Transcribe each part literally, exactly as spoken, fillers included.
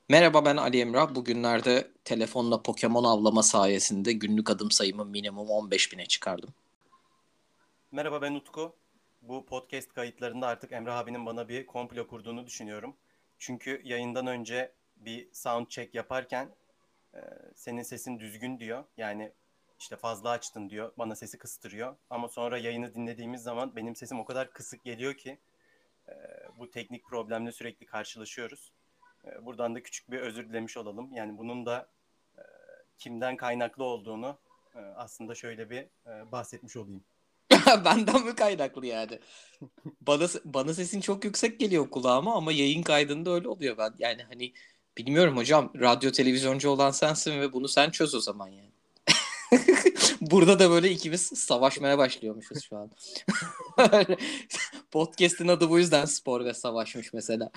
Merhaba, ben Ali Emrah. Bugünlerde telefonla Pokemon avlama sayesinde günlük adım sayımı minimum on beş bine çıkardım. Merhaba ben Utku. Bu podcast kayıtlarında artık Emrah abinin bana bir komplo kurduğunu düşünüyorum. Çünkü yayından önce bir sound check yaparken e, senin sesin düzgün diyor. Yani işte fazla açtın diyor. Bana sesi kıstırıyor. Ama sonra yayını dinlediğimiz zaman benim sesim o kadar kısık geliyor ki e, bu teknik problemle sürekli karşılaşıyoruz. E, buradan da küçük bir özür dilemiş olalım. Yani bunun da e, kimden kaynaklı olduğunu e, aslında şöyle bir e, bahsetmiş olayım. Benden mi kaynaklı yani? Bana, bana sesin çok yüksek geliyor kulağıma ama yayın kaydında öyle oluyor. Ben yani hani bilmiyorum hocam, radyo televizyoncu olan sensin ve bunu sen çöz o zaman yani. Burada da böyle ikimiz savaşmaya başlıyormuşuz şu an. Podcast'in adı bu yüzden spor ve savaşmış mesela.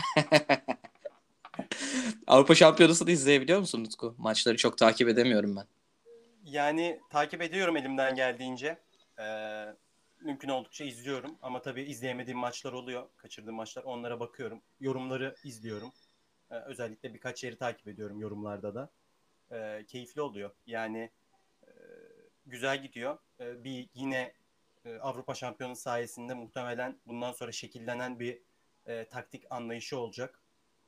Avrupa Şampiyonası'nı izleyebiliyor musun Utku? Maçları çok takip edemiyorum ben. Yani takip ediyorum elimden geldiğince. Ee, Mümkün oldukça izliyorum. Ama tabii izleyemediğim maçlar oluyor. Kaçırdığım maçlar. Onlara bakıyorum. Yorumları izliyorum. Ee, özellikle birkaç yeri takip ediyorum yorumlarda da. Ee, keyifli oluyor. Yani e, güzel gidiyor. Ee, bir yine e, Avrupa Şampiyonası sayesinde muhtemelen bundan sonra şekillenen bir e, taktik anlayışı olacak.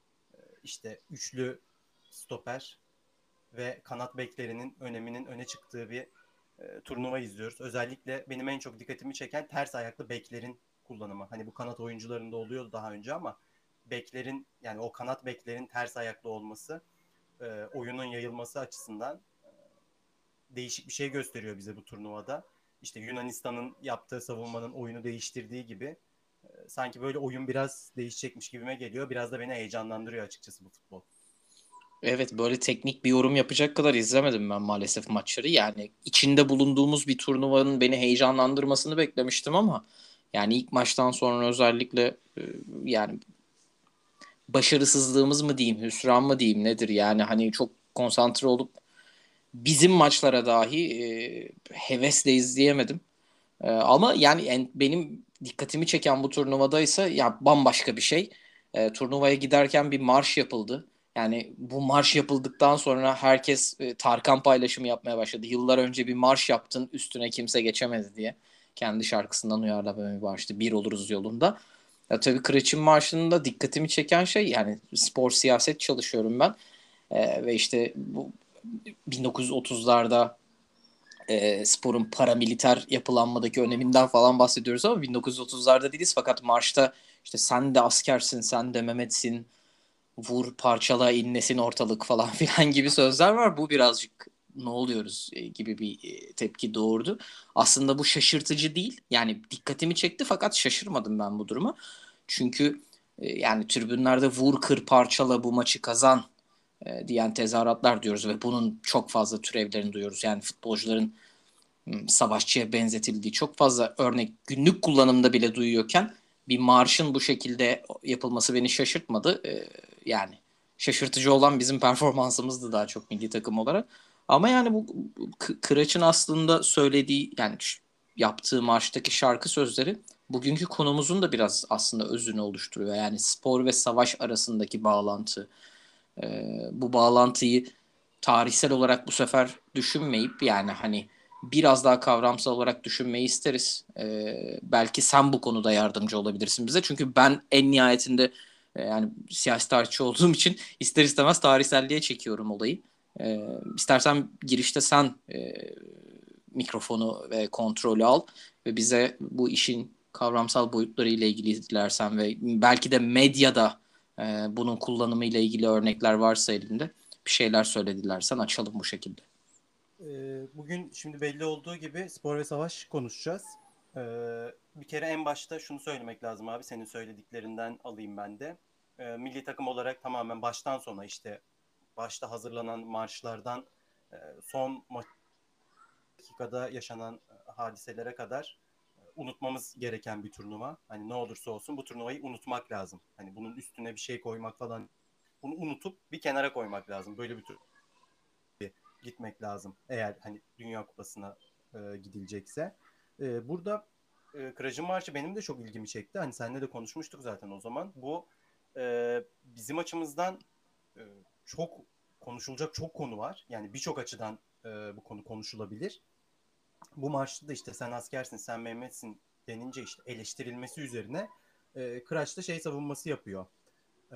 İşte üçlü stoper ve kanat beklerinin öneminin öne çıktığı bir e, turnuva izliyoruz. Özellikle benim en çok dikkatimi çeken ters ayaklı beklerin kullanımı. Hani bu kanat oyuncularında oluyordu daha önce ama beklerin yani o kanat beklerin ters ayaklı olması e, oyunun yayılması açısından e, değişik bir şey gösteriyor bize bu turnuvada. İşte Yunanistan'ın yaptığı savunmanın oyunu değiştirdiği gibi e, sanki böyle oyun biraz değişecekmiş gibime geliyor. Biraz da beni heyecanlandırıyor açıkçası bu futbol. Evet, böyle teknik bir yorum yapacak kadar izlemedim ben maalesef maçları. Yani içinde bulunduğumuz bir turnuvanın beni heyecanlandırmasını beklemiştim ama yani ilk maçtan sonra özellikle e, yani başarısızlığımız mı diyeyim, hüsran mı diyeyim nedir yani hani çok konsantre olup bizim maçlara dahi e, hevesle izleyemedim. E, ama yani en, benim dikkatimi çeken bu turnuvada ise ya bambaşka bir şey. E, turnuvaya giderken bir marş yapıldı. Yani bu marş yapıldıktan sonra herkes e, Tarkan paylaşımı yapmaya başladı. Yıllar önce bir marş yaptın, üstüne kimse geçemedi diye. Kendi şarkısından uyarlamaya başladı. Bir oluruz yolunda. Ya tabii Kıraç'ın marşında dikkatimi çeken şey, yani spor siyaset çalışıyorum ben. E, ve işte bu bin dokuz yüz otuzlarda e, sporun paramiliter yapılanmadaki öneminden falan bahsediyoruz ama bin dokuz yüz otuzlarda değiliz, fakat marşta işte sen de askersin, sen de Mehmet'sin, vur parçala inlesin ortalık falan filan gibi sözler var. Bu birazcık ne oluyoruz e, gibi bir e, tepki doğurdu. Aslında bu şaşırtıcı değil. Yani dikkatimi çekti fakat şaşırmadım ben bu duruma. Çünkü e, yani tribünlerde vur kır parçala bu maçı kazan e, diyen tezahüratlar diyoruz ve bunun çok fazla türevlerini duyuyoruz. Yani futbolcuların savaşçıya benzetildiği çok fazla örnek günlük kullanımda bile duyuyorken bir marşın bu şekilde yapılması beni şaşırtmadı. Ee, yani şaşırtıcı olan bizim performansımızdı daha çok milli takım olarak. Ama yani bu K- Kıraç'ın aslında söylediği, yani yaptığı marştaki şarkı sözleri bugünkü konumuzun da biraz aslında özünü oluşturuyor. Yani spor ve savaş arasındaki bağlantı. Ee, bu bağlantıyı tarihsel olarak bu sefer düşünmeyip yani hani biraz daha kavramsal olarak düşünmeyi isteriz. Ee, belki sen bu konuda yardımcı olabilirsin bize. Çünkü ben en nihayetinde e, yani siyasi tarihçi olduğum için ister istemez tarihselliğe çekiyorum olayı. Ee, istersen girişte sen e, mikrofonu ve kontrolü al ve bize bu işin kavramsal boyutları ile ilgili dilersen ve belki de medyada e, bunun kullanımı ile ilgili örnekler varsa elinde bir şeyler söyledilersen açalım bu şekilde. Ee, Bugün şimdi belli olduğu gibi spor ve savaş konuşacağız. Ee, Bir kere en başta şunu söylemek lazım abi. Senin söylediklerinden alayım ben de. Ee, milli takım olarak tamamen baştan sona işte başta hazırlanan marşlardan e, son dakikada yaşanan e, hadiselere kadar e, unutmamız gereken bir turnuva. Hani ne olursa olsun bu turnuvayı unutmak lazım. Hani bunun üstüne bir şey koymak falan bunu unutup bir kenara koymak lazım. Böyle bir tur gitmek lazım. Eğer hani Dünya Kupası'na e, gidilecekse. E, burada e, Kıracın Marşı benim de çok ilgimi çekti. Hani seninle de konuşmuştuk zaten o zaman. Bu e, bizim açımızdan e, çok konuşulacak çok konu var. Yani birçok açıdan e, bu konu konuşulabilir. Bu marşta da işte sen askersin, sen Mehmet'sin denince işte eleştirilmesi üzerine e, Kıraç da şey savunması yapıyor. E,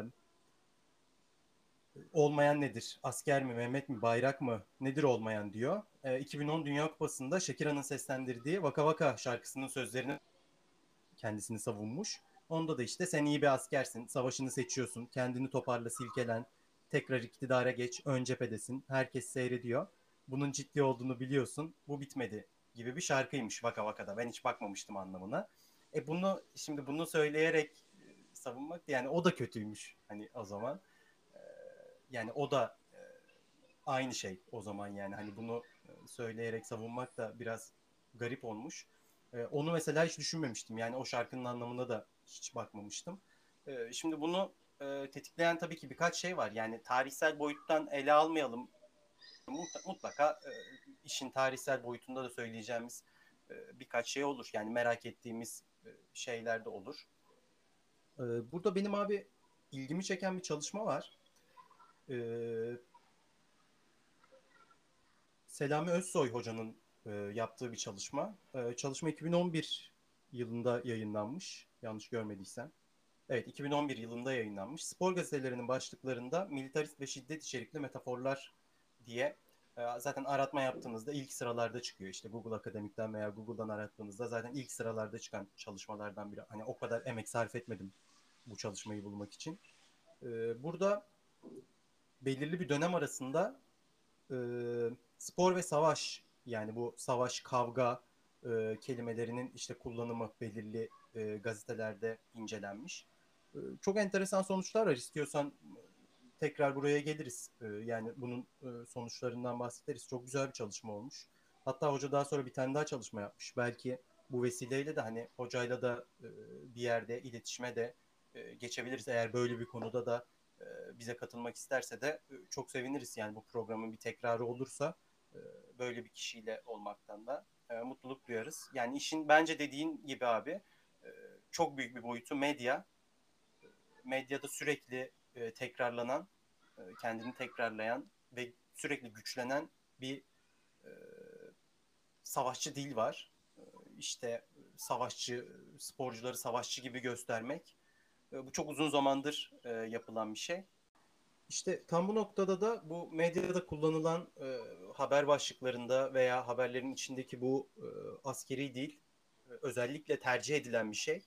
olmayan nedir? Asker mi, Mehmet mi, bayrak mı? Nedir olmayan diyor. E, iki bin on Dünya Kupası'nda Shakira'nın seslendirdiği Vaka Vaka şarkısının sözlerini kendisini savunmuş. Onda da işte sen iyi bir askersin, savaşını seçiyorsun, kendini toparla, silkelen, tekrar iktidara geç, ön cephedesin, herkes seyrediyor. Bunun ciddi olduğunu biliyorsun, bu bitmedi gibi bir şarkıymış Vaka Vaka'da. Ben hiç bakmamıştım anlamına. E bunu şimdi bunu söyleyerek e, savunmak yani o da kötüymüş hani o zaman. E, yani o da e, aynı şey o zaman yani hani bunu e, söyleyerek savunmak da biraz garip olmuş. E, onu mesela hiç düşünmemiştim. Yani o şarkının anlamına da hiç bakmamıştım. E, şimdi bunu e, tetikleyen tabii ki birkaç şey var. Yani tarihsel boyuttan ele almayalım. Mutlaka e, işin tarihsel boyutunda da söyleyeceğimiz e, birkaç şey olur. Yani merak ettiğimiz e, şeyler de olur. E, burada benim abi ilgimi çeken bir çalışma var. E, Selami Özsoy hocanın e, yaptığı bir çalışma. E, çalışma iki bin on bir yılında yayınlanmış. Yanlış görmediysem. Evet, iki bin on bir yılında yayınlanmış. Spor gazetelerinin başlıklarında militarist ve şiddet içerikli metaforlar diye e, zaten aratma yaptığınızda ilk sıralarda çıkıyor. İşte Google Akademik'ten veya Google'dan arattığınızda zaten ilk sıralarda çıkan çalışmalardan biri. Hani o kadar emek sarf etmedim bu çalışmayı bulmak için. E, burada belirli bir dönem arasında e, spor ve savaş yani bu savaş, kavga e, kelimelerinin işte kullanımı belirli e, gazetelerde incelenmiş. E, çok enteresan sonuçlar var. İstiyorsan tekrar buraya geliriz. E, yani bunun e, sonuçlarından bahsederiz. Çok güzel bir çalışma olmuş. Hatta hoca daha sonra bir tane daha çalışma yapmış. Belki bu vesileyle de hani hocayla da e, bir yerde iletişime de e, geçebiliriz. Eğer böyle bir konuda da e, bize katılmak isterse de e, çok seviniriz. Yani bu programın bir tekrarı olursa e, böyle bir kişiyle olmaktan da e, mutluluk duyarız. Yani işin bence dediğin gibi abi e, çok büyük bir boyutu medya. Medyada sürekli e, tekrarlanan, e, kendini tekrarlayan ve sürekli güçlenen bir e, savaşçı dil var. E, işte savaşçı, sporcuları savaşçı gibi göstermek. E, bu çok uzun zamandır e, yapılan bir şey. İşte tam bu noktada da bu medyada kullanılan e, haber başlıklarında veya haberlerin içindeki bu e, askeri dil e, özellikle tercih edilen bir şey.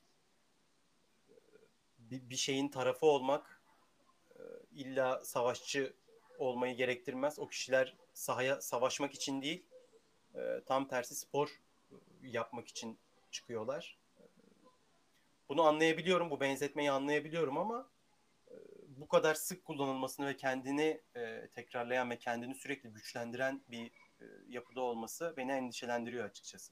Bir, bir şeyin tarafı olmak e, illa savaşçı olmayı gerektirmez. O kişiler sahaya savaşmak için değil, e, tam tersi spor e, yapmak için çıkıyorlar. Bunu anlayabiliyorum, bu benzetmeyi anlayabiliyorum ama e, bu kadar sık kullanılmasını ve kendini e, tekrarlayan ve kendini sürekli güçlendiren bir e, yapıda olması beni endişelendiriyor açıkçası.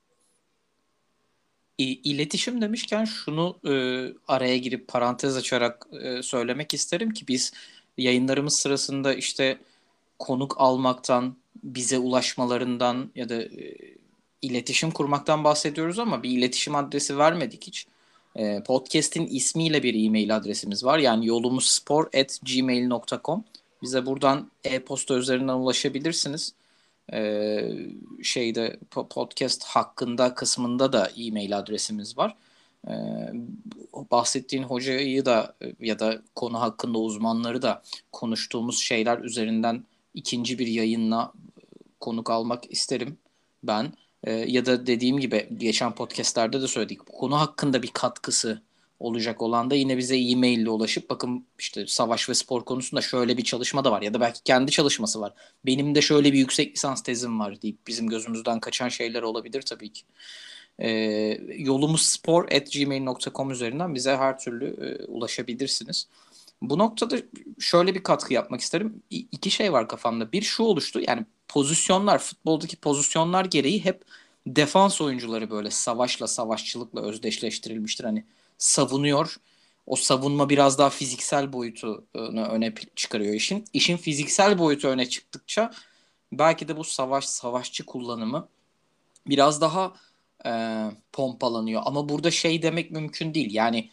İ- İletişim demişken şunu e, araya girip parantez açarak e, söylemek isterim ki biz yayınlarımız sırasında işte konuk almaktan, bize ulaşmalarından ya da e, iletişim kurmaktan bahsediyoruz ama bir iletişim adresi vermedik hiç. E, podcast'in ismiyle bir e-mail adresimiz var. Yani yolumuzspor at gmail nokta com. Bize buradan e-posta üzerinden ulaşabilirsiniz. Ee, şeyde podcast hakkında kısmında da e-mail adresimiz var. Ee, bahsettiğin hocayı da ya da konu hakkında uzmanları da konuştuğumuz şeyler üzerinden ikinci bir yayınla konuk almak isterim ben. Ee, ya da dediğim gibi geçen podcastlerde de söyledik. Bu konu hakkında bir katkısı olacak olan da yine bize e-mail ile ulaşıp bakın işte savaş ve spor konusunda şöyle bir çalışma da var ya da belki kendi çalışması var. Benim de şöyle bir yüksek lisans tezim var deyip bizim gözümüzden kaçan şeyler olabilir tabii ki. Ee, yolumuzspor at gmail nokta com üzerinden bize her türlü e, ulaşabilirsiniz. Bu noktada şöyle bir katkı yapmak isterim. İ- İki şey var kafamda. Bir şu oluştu. Yani pozisyonlar, futboldaki pozisyonlar gereği hep defans oyuncuları böyle savaşla, savaşçılıkla özdeşleştirilmiştir. Hani savunuyor. O savunma biraz daha fiziksel boyutunu öne çıkarıyor işin. İşin fiziksel boyutu öne çıktıkça belki de bu savaş, savaşçı kullanımı biraz daha e, pompalanıyor. Ama burada şey demek mümkün değil. Yani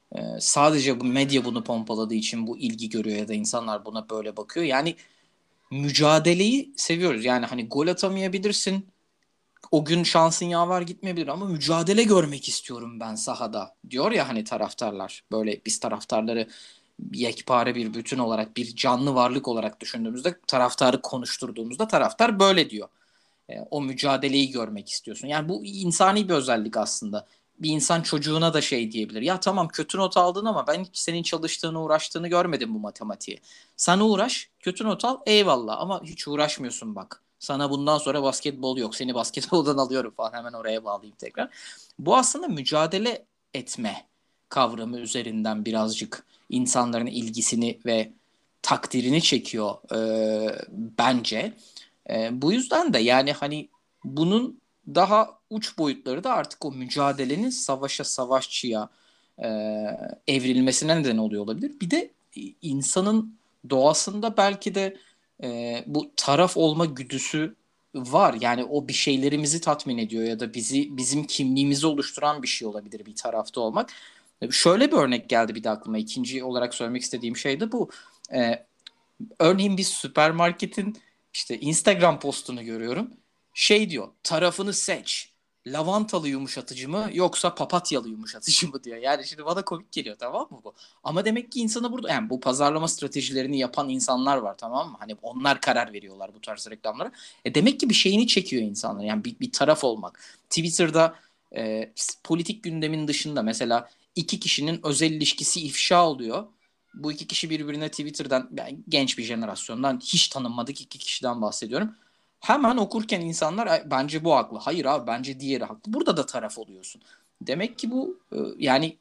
Ee, sadece bu medya bunu pompaladığı için bu ilgi görüyor ya da insanlar buna böyle bakıyor. Yani mücadeleyi seviyoruz. Yani hani gol atamayabilirsin. O gün şansın yaver gitmeyebilir ama mücadele görmek istiyorum ben sahada. Diyor ya hani taraftarlar. Böyle biz taraftarları yekpare bir bütün olarak, bir canlı varlık olarak düşündüğümüzde, taraftarı konuşturduğumuzda taraftar böyle diyor. E, o mücadeleyi görmek istiyorsun. Yani bu insani bir özellik aslında. Bir insan çocuğuna da şey diyebilir. Ya tamam, kötü not aldın ama ben hiç senin çalıştığını, uğraştığını görmedim bu matematiği. Sen uğraş, kötü not al, eyvallah, ama hiç uğraşmıyorsun bak. Sana bundan sonra basketbol yok. Seni basketboldan alıyorum falan. Hemen oraya bağlayayım tekrar. Bu aslında mücadele etme kavramı üzerinden birazcık insanların ilgisini ve takdirini çekiyor e, bence. E, bu yüzden de yani hani bunun daha uç boyutları da artık o mücadelenin savaşa, savaşçıya e, evrilmesine neden oluyor olabilir. Bir de insanın doğasında belki de e, bu taraf olma güdüsü var. Yani o bir şeylerimizi tatmin ediyor ya da bizi, bizim kimliğimizi oluşturan bir şey olabilir bir tarafta olmak. Şöyle bir örnek geldi bir de aklıma. İkinci olarak söylemek istediğim şey de bu. E, Örneğin bir süpermarketin işte Instagram postunu görüyorum. Şey diyor, tarafını seç. Lavantalı yumuşatıcı mı yoksa papatyalı yumuşatıcı mı diyor. Yani şimdi bana komik geliyor, tamam mı bu? Ama demek ki insana burada, yani bu pazarlama stratejilerini yapan insanlar var, tamam mı? Hani onlar karar veriyorlar bu tarz reklamlara. E demek ki bir şeyini çekiyor insanlar. Yani bir, bir taraf olmak. Twitter'da e, politik gündemin dışında mesela iki kişinin özel ilişkisi ifşa oluyor. Bu iki kişi birbirine Twitter'dan, yani genç bir jenerasyondan, hiç tanınmadık iki kişiden bahsediyorum. Hemen okurken insanlar bence bu haklı. Hayır abi, bence diğeri haklı. Burada da taraf oluyorsun. Demek ki bu e, yani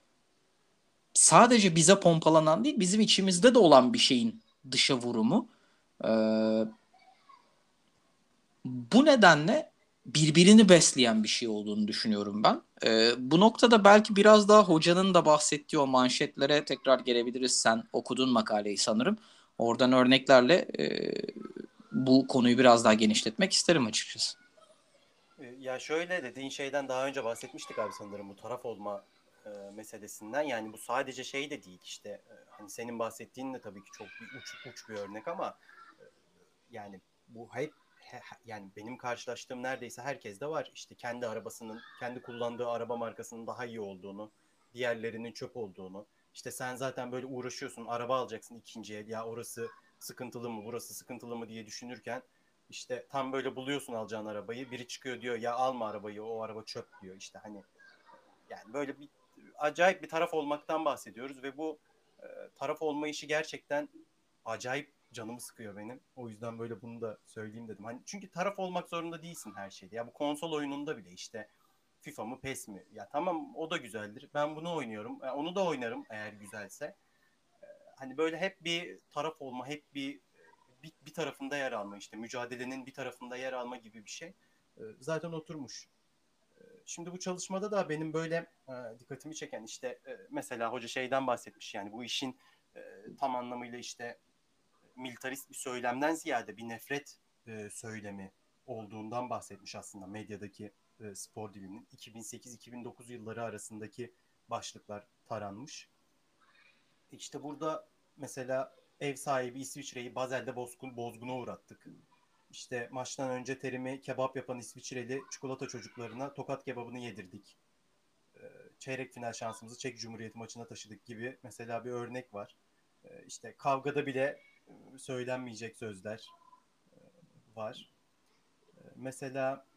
sadece bize pompalanan değil, bizim içimizde de olan bir şeyin dışa vurumu. Ee, Bu nedenle birbirini besleyen bir şey olduğunu düşünüyorum ben. Ee, bu noktada belki biraz daha hocanın da bahsettiği o manşetlere tekrar gelebiliriz. Sen okudun makaleyi sanırım. Oradan örneklerle e, bu konuyu biraz daha genişletmek isterim açıkçası. E, Ya şöyle, dediğin şeyden daha önce bahsetmiştik abi sanırım, bu taraf olma e, meselesinden. Yani bu sadece şey de değil işte, e, hani senin bahsettiğin de tabii ki çok bir uç uç bir örnek ama e, yani bu hep he- he- yani benim karşılaştığım neredeyse herkes de var. İşte kendi arabasının, kendi kullandığı araba markasının daha iyi olduğunu, diğerlerinin çöp olduğunu. İşte sen zaten böyle uğraşıyorsun, araba alacaksın ikinci el, ya orası sıkıntılı mı, burası sıkıntılı mı diye düşünürken işte tam böyle buluyorsun alacağın arabayı. Biri çıkıyor diyor ya alma arabayı, o araba çöp diyor. İşte hani yani böyle bir acayip bir taraf olmaktan bahsediyoruz ve bu e, taraf olma işi gerçekten acayip canımı sıkıyor benim. O yüzden böyle bunu da söyleyeyim dedim. Hani çünkü taraf olmak zorunda değilsin her şeyde. Ya bu konsol oyununda bile işte FIFA mı PES mi? Ya tamam, o da güzeldir. Ben bunu oynuyorum. E, onu da oynarım eğer güzelse. Hani böyle hep bir taraf olma, hep bir bir, bir tarafında yer alma, işte mücadelenin bir tarafında yer alma gibi bir şey e, zaten oturmuş. E, Şimdi bu çalışmada da benim böyle e, dikkatimi çeken işte e, mesela hoca şeyden bahsetmiş, yani bu işin e, tam anlamıyla işte militarist bir söylemden ziyade bir nefret e, söylemi olduğundan bahsetmiş aslında medyadaki e, spor dilinin. iki bin sekiz-iki bin dokuz yılları arasındaki başlıklar taranmış. İşte burada mesela ev sahibi İsviçre'yi Basel'de bozgun, bozguna uğrattık. İşte maçtan önce terimi kebap yapan İsviçreli çikolata çocuklarına tokat kebabını yedirdik. Ee, Çeyrek final şansımızı Çek Cumhuriyeti maçına taşıdık gibi mesela bir örnek var. Ee, İşte kavgada bile e, söylenmeyecek sözler e, var. Ee, Mesela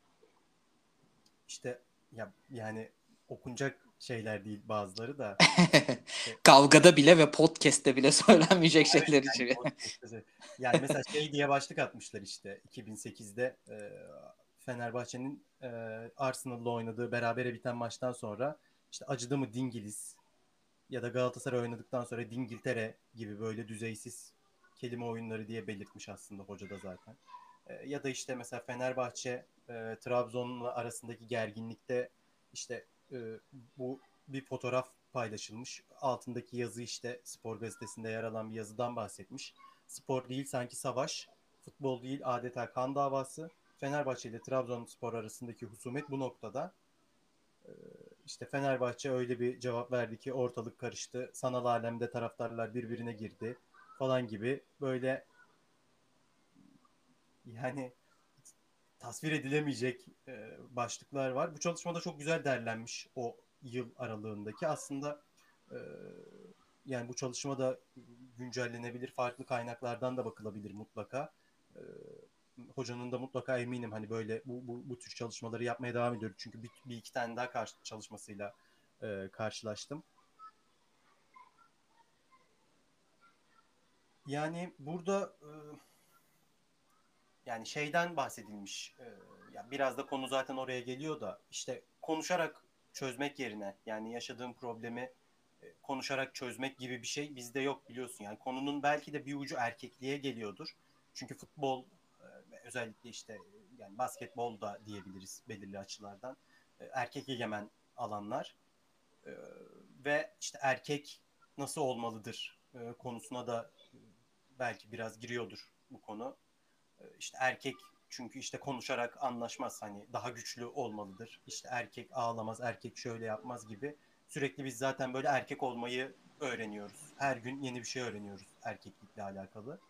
işte ya yani okunacak şeyler değil bazıları da. İşte Kavgada bile ve podcast'te bile söylenmeyecek evet, şeyler yani içeriyor. podcast'te yani mesela şey diye başlık atmışlar işte iki bin sekizde e, Fenerbahçe'nin e, Arsenal'la oynadığı berabere biten maçtan sonra işte acıdı mı Dingiliz ya da Galatasaray oynadıktan sonra Dingiltere gibi böyle düzeysiz kelime oyunları diye belirtmiş aslında hoca da zaten. E, ya da işte mesela Fenerbahçe e, Trabzon'la arasındaki gerginlikte işte e, bu bir fotoğraf paylaşılmış. Altındaki yazı işte Spor Gazetesi'nde yer alan bir yazıdan bahsetmiş. Spor değil sanki savaş, futbol değil adeta kan davası. Fenerbahçe ile Trabzonspor arasındaki husumet bu noktada. işte Fenerbahçe öyle bir cevap verdi ki ortalık karıştı. Sanal alemde taraftarlar birbirine girdi falan gibi böyle yani tasvir edilemeyecek e, başlıklar var. Bu çalışmada çok güzel derlenmiş o yıl aralığındaki. Aslında e, yani bu çalışmada güncellenebilir, farklı kaynaklardan da bakılabilir mutlaka. E, hocanın da mutlaka eminim hani böyle bu, bu, bu tür çalışmaları yapmaya devam ediyor. Çünkü bir, bir iki tane daha karşı, çalışmasıyla e, karşılaştım. Yani burada e, yani şeyden bahsedilmiş. E, ya biraz da konu zaten oraya geliyor da işte konuşarak çözmek yerine yani yaşadığım problemi e, konuşarak çözmek gibi bir şey bizde yok biliyorsun. Yani konunun belki de bir ucu erkekliğe geliyordur. Çünkü futbol e, ve özellikle işte e, yani basketbol da diyebiliriz belirli açılardan. E, erkek egemen alanlar. E, ve işte erkek nasıl olmalıdır e, konusuna da e, belki biraz giriyordur bu konu. İşte erkek çünkü işte konuşarak anlaşmaz hani daha güçlü olmalıdır. İşte erkek ağlamaz, erkek şöyle yapmaz gibi. Sürekli biz zaten böyle erkek olmayı öğreniyoruz. Her gün yeni bir şey öğreniyoruz erkeklikle alakalı.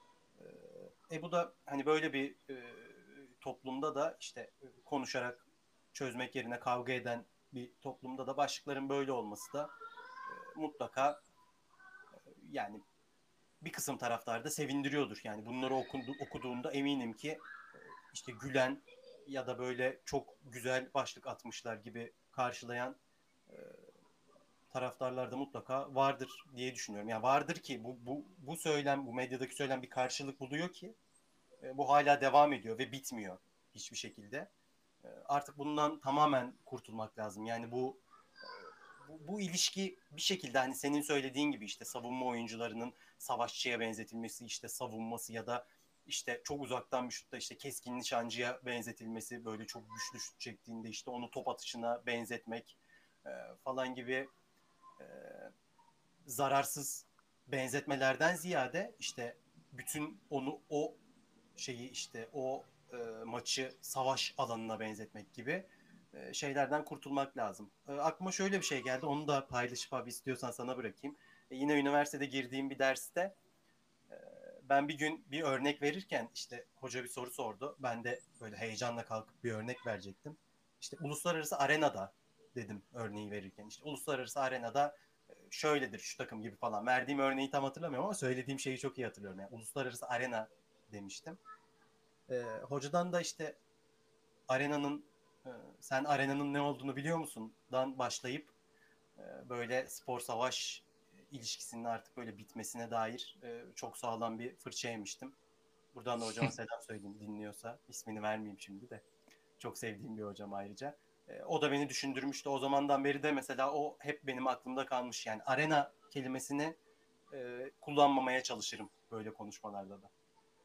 E bu da hani böyle bir e, toplumda da işte konuşarak çözmek yerine kavga eden bir toplumda da başlıkların böyle olması da e, mutlaka yani bir kısım taraftarda sevindiriyordur. Yani bunları okundu, okuduğunda eminim ki işte gülen ya da böyle çok güzel başlık atmışlar gibi karşılayan e, taraftarlar da mutlaka vardır diye düşünüyorum. Yani vardır ki bu bu bu söylem, bu medyadaki söylem bir karşılık buluyor ki e, bu hala devam ediyor ve bitmiyor hiçbir şekilde. E, artık bundan tamamen kurtulmak lazım. Yani bu bu, bu ilişki bir şekilde hani senin söylediğin gibi işte savunma oyuncularının savaşçıya benzetilmesi, işte savunması ya da işte çok uzaktan bir şutta işte keskin nişancıya benzetilmesi, böyle çok güçlü şut çektiğinde işte onu top atışına benzetmek e, falan gibi e, zararsız benzetmelerden ziyade işte bütün onu o şeyi işte o e, maçı savaş alanına benzetmek gibi e, şeylerden kurtulmak lazım. E, aklıma şöyle bir şey geldi. Onu da paylaşıp abi istiyorsan sana bırakayım. E, yine üniversitede girdiğim bir derste e, ben bir gün bir örnek verirken işte hoca bir soru sordu. Ben de böyle heyecanla kalkıp bir örnek verecektim. İşte uluslararası arenada dedim örneği verirken. İşte uluslararası arenada e, şöyledir şu takım gibi falan. Verdiğim örneği tam hatırlamıyorum ama söylediğim şeyi çok iyi hatırlıyorum. Yani uluslararası arena demiştim. E, hocadan da işte arenanın e, sen arenanın ne olduğunu biliyor musun? Dan başlayıp e, böyle spor savaş ilişkisinin artık böyle bitmesine dair e, çok sağlam bir fırça yemiştim. Buradan da hocama selam söyleyeyim dinliyorsa. İsmini vermeyeyim şimdi de. Çok sevdiğim bir hocam ayrıca. E, o da beni düşündürmüştü. O zamandan beri de mesela o hep benim aklımda kalmış. Yani arena kelimesini e, kullanmamaya çalışırım böyle konuşmalarda da.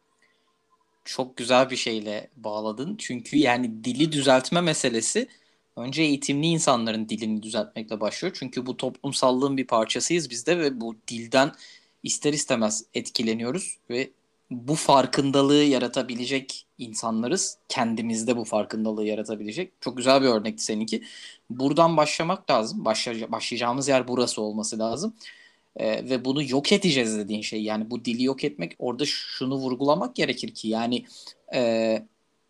Çok güzel bir şeyle bağladın. Çünkü yani dili düzeltme meselesi önce eğitimli insanların dilini düzeltmekle başlıyor. Çünkü bu toplumsallığın bir parçasıyız biz de ve bu dilden ister istemez etkileniyoruz ve bu farkındalığı yaratabilecek insanlarız. Kendimizde bu farkındalığı yaratabilecek. Çok güzel bir örnekti seninki. Buradan başlamak lazım. Başla- başlayacağımız yer burası olması lazım. Ee, ve bunu yok edeceğiz dediğin şey, yani bu dili yok etmek, orada şunu vurgulamak gerekir ki yani e,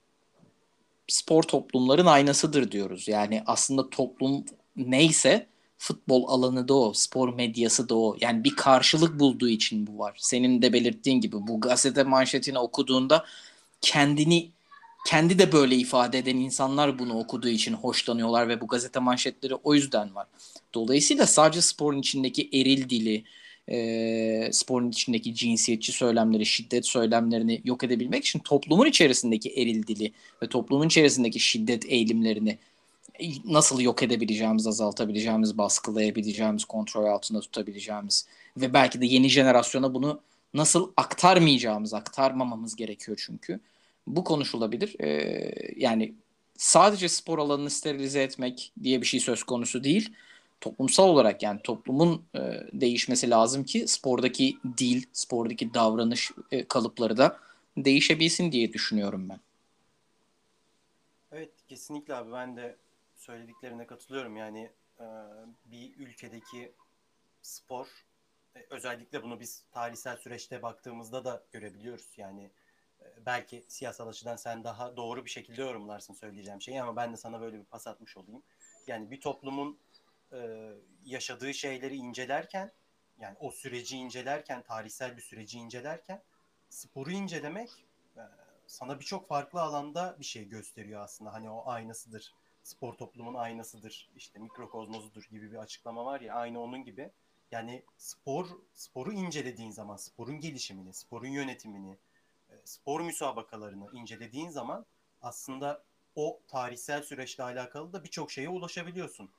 spor toplumların aynasıdır diyoruz. Yani aslında toplum neyse futbol alanı da o, spor medyası da o. Yani bir karşılık bulduğu için bu var. Senin de belirttiğin gibi bu gazete manşetini okuduğunda kendini kendi de böyle ifade eden insanlar bunu okuduğu için hoşlanıyorlar ve bu gazete manşetleri o yüzden var. Dolayısıyla sadece sporun içindeki eril dili, e, sporun içindeki cinsiyetçi söylemleri, şiddet söylemlerini yok edebilmek için toplumun içerisindeki eril dili ve toplumun içerisindeki şiddet eğilimlerini nasıl yok edebileceğimiz, azaltabileceğimiz, baskılayabileceğimiz, kontrol altında tutabileceğimiz ve belki de yeni jenerasyona bunu nasıl aktarmayacağımız, aktarmamamız gerekiyor çünkü. Bu konuşulabilir. Ee, yani sadece spor alanını sterilize etmek diye bir şey söz konusu değil. Toplumsal olarak yani toplumun e, değişmesi lazım ki spordaki dil, spordaki davranış e, kalıpları da değişebilsin diye düşünüyorum ben. Evet kesinlikle abi ben de söylediklerine katılıyorum. Yani e, bir ülkedeki spor, e, özellikle bunu biz tarihsel süreçte baktığımızda da görebiliyoruz. Yani e, belki siyasal açıdan sen daha doğru bir şekilde yorumlarsın söyleyeceğim şeyi, ama ben de sana böyle bir pas atmış olayım. Yani bir toplumun e, yaşadığı şeyleri incelerken, yani o süreci incelerken, tarihsel bir süreci incelerken, sporu incelemek e, sana birçok farklı alanda bir şey gösteriyor aslında. Hani o aynasıdır, spor toplumun aynasıdır, işte mikrokozmozudur gibi bir açıklama var ya, aynı onun gibi. Yani spor sporu incelediğin zaman, sporun gelişimini, sporun yönetimini, e, spor müsabakalarını incelediğin zaman aslında o tarihsel süreçle alakalı da birçok şeye ulaşabiliyorsun.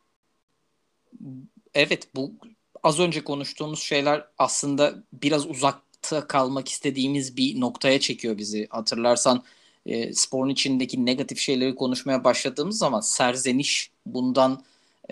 Evet, bu az önce konuştuğumuz şeyler aslında biraz uzakta kalmak istediğimiz bir noktaya çekiyor bizi. Hatırlarsan e, sporun içindeki negatif şeyleri konuşmaya başladığımız zaman serzeniş, bundan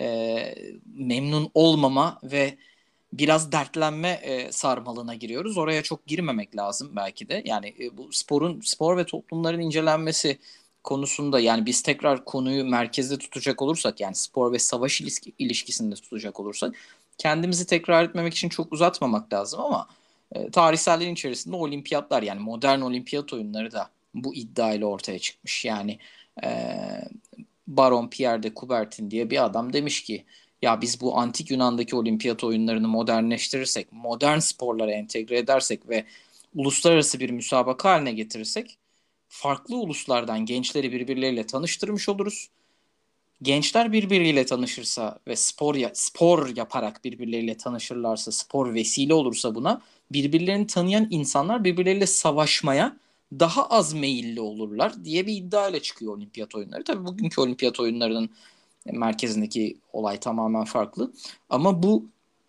e, memnun olmama ve biraz dertlenme e, sarmalına giriyoruz. Oraya çok girmemek lazım belki de. Yani e, bu sporun spor ve toplumların incelenmesi konusunda, yani biz tekrar konuyu merkezde tutacak olursak, yani spor ve savaş ilişki, ilişkisinde tutacak olursak, kendimizi tekrar etmemek için çok uzatmamak lazım ama e, tarihsellerin içerisinde olimpiyatlar, yani modern olimpiyat oyunları da bu iddia ile ortaya çıkmış. Yani e, Baron Pierre de Coubertin diye bir adam demiş ki, ya biz bu antik Yunan'daki olimpiyat oyunlarını modernleştirirsek, modern sporlara entegre edersek ve uluslararası bir müsabaka haline getirirsek, farklı uluslardan gençleri birbirleriyle tanıştırmış oluruz. Gençler birbiriyle tanışırsa ve spor ya, spor yaparak birbirleriyle tanışırlarsa, spor vesile olursa buna, birbirlerini tanıyan insanlar birbirleriyle savaşmaya daha az meyilli olurlar diye bir iddia ile çıkıyor olimpiyat oyunları. Tabii bugünkü olimpiyat oyunlarının merkezindeki olay tamamen farklı. Ama bu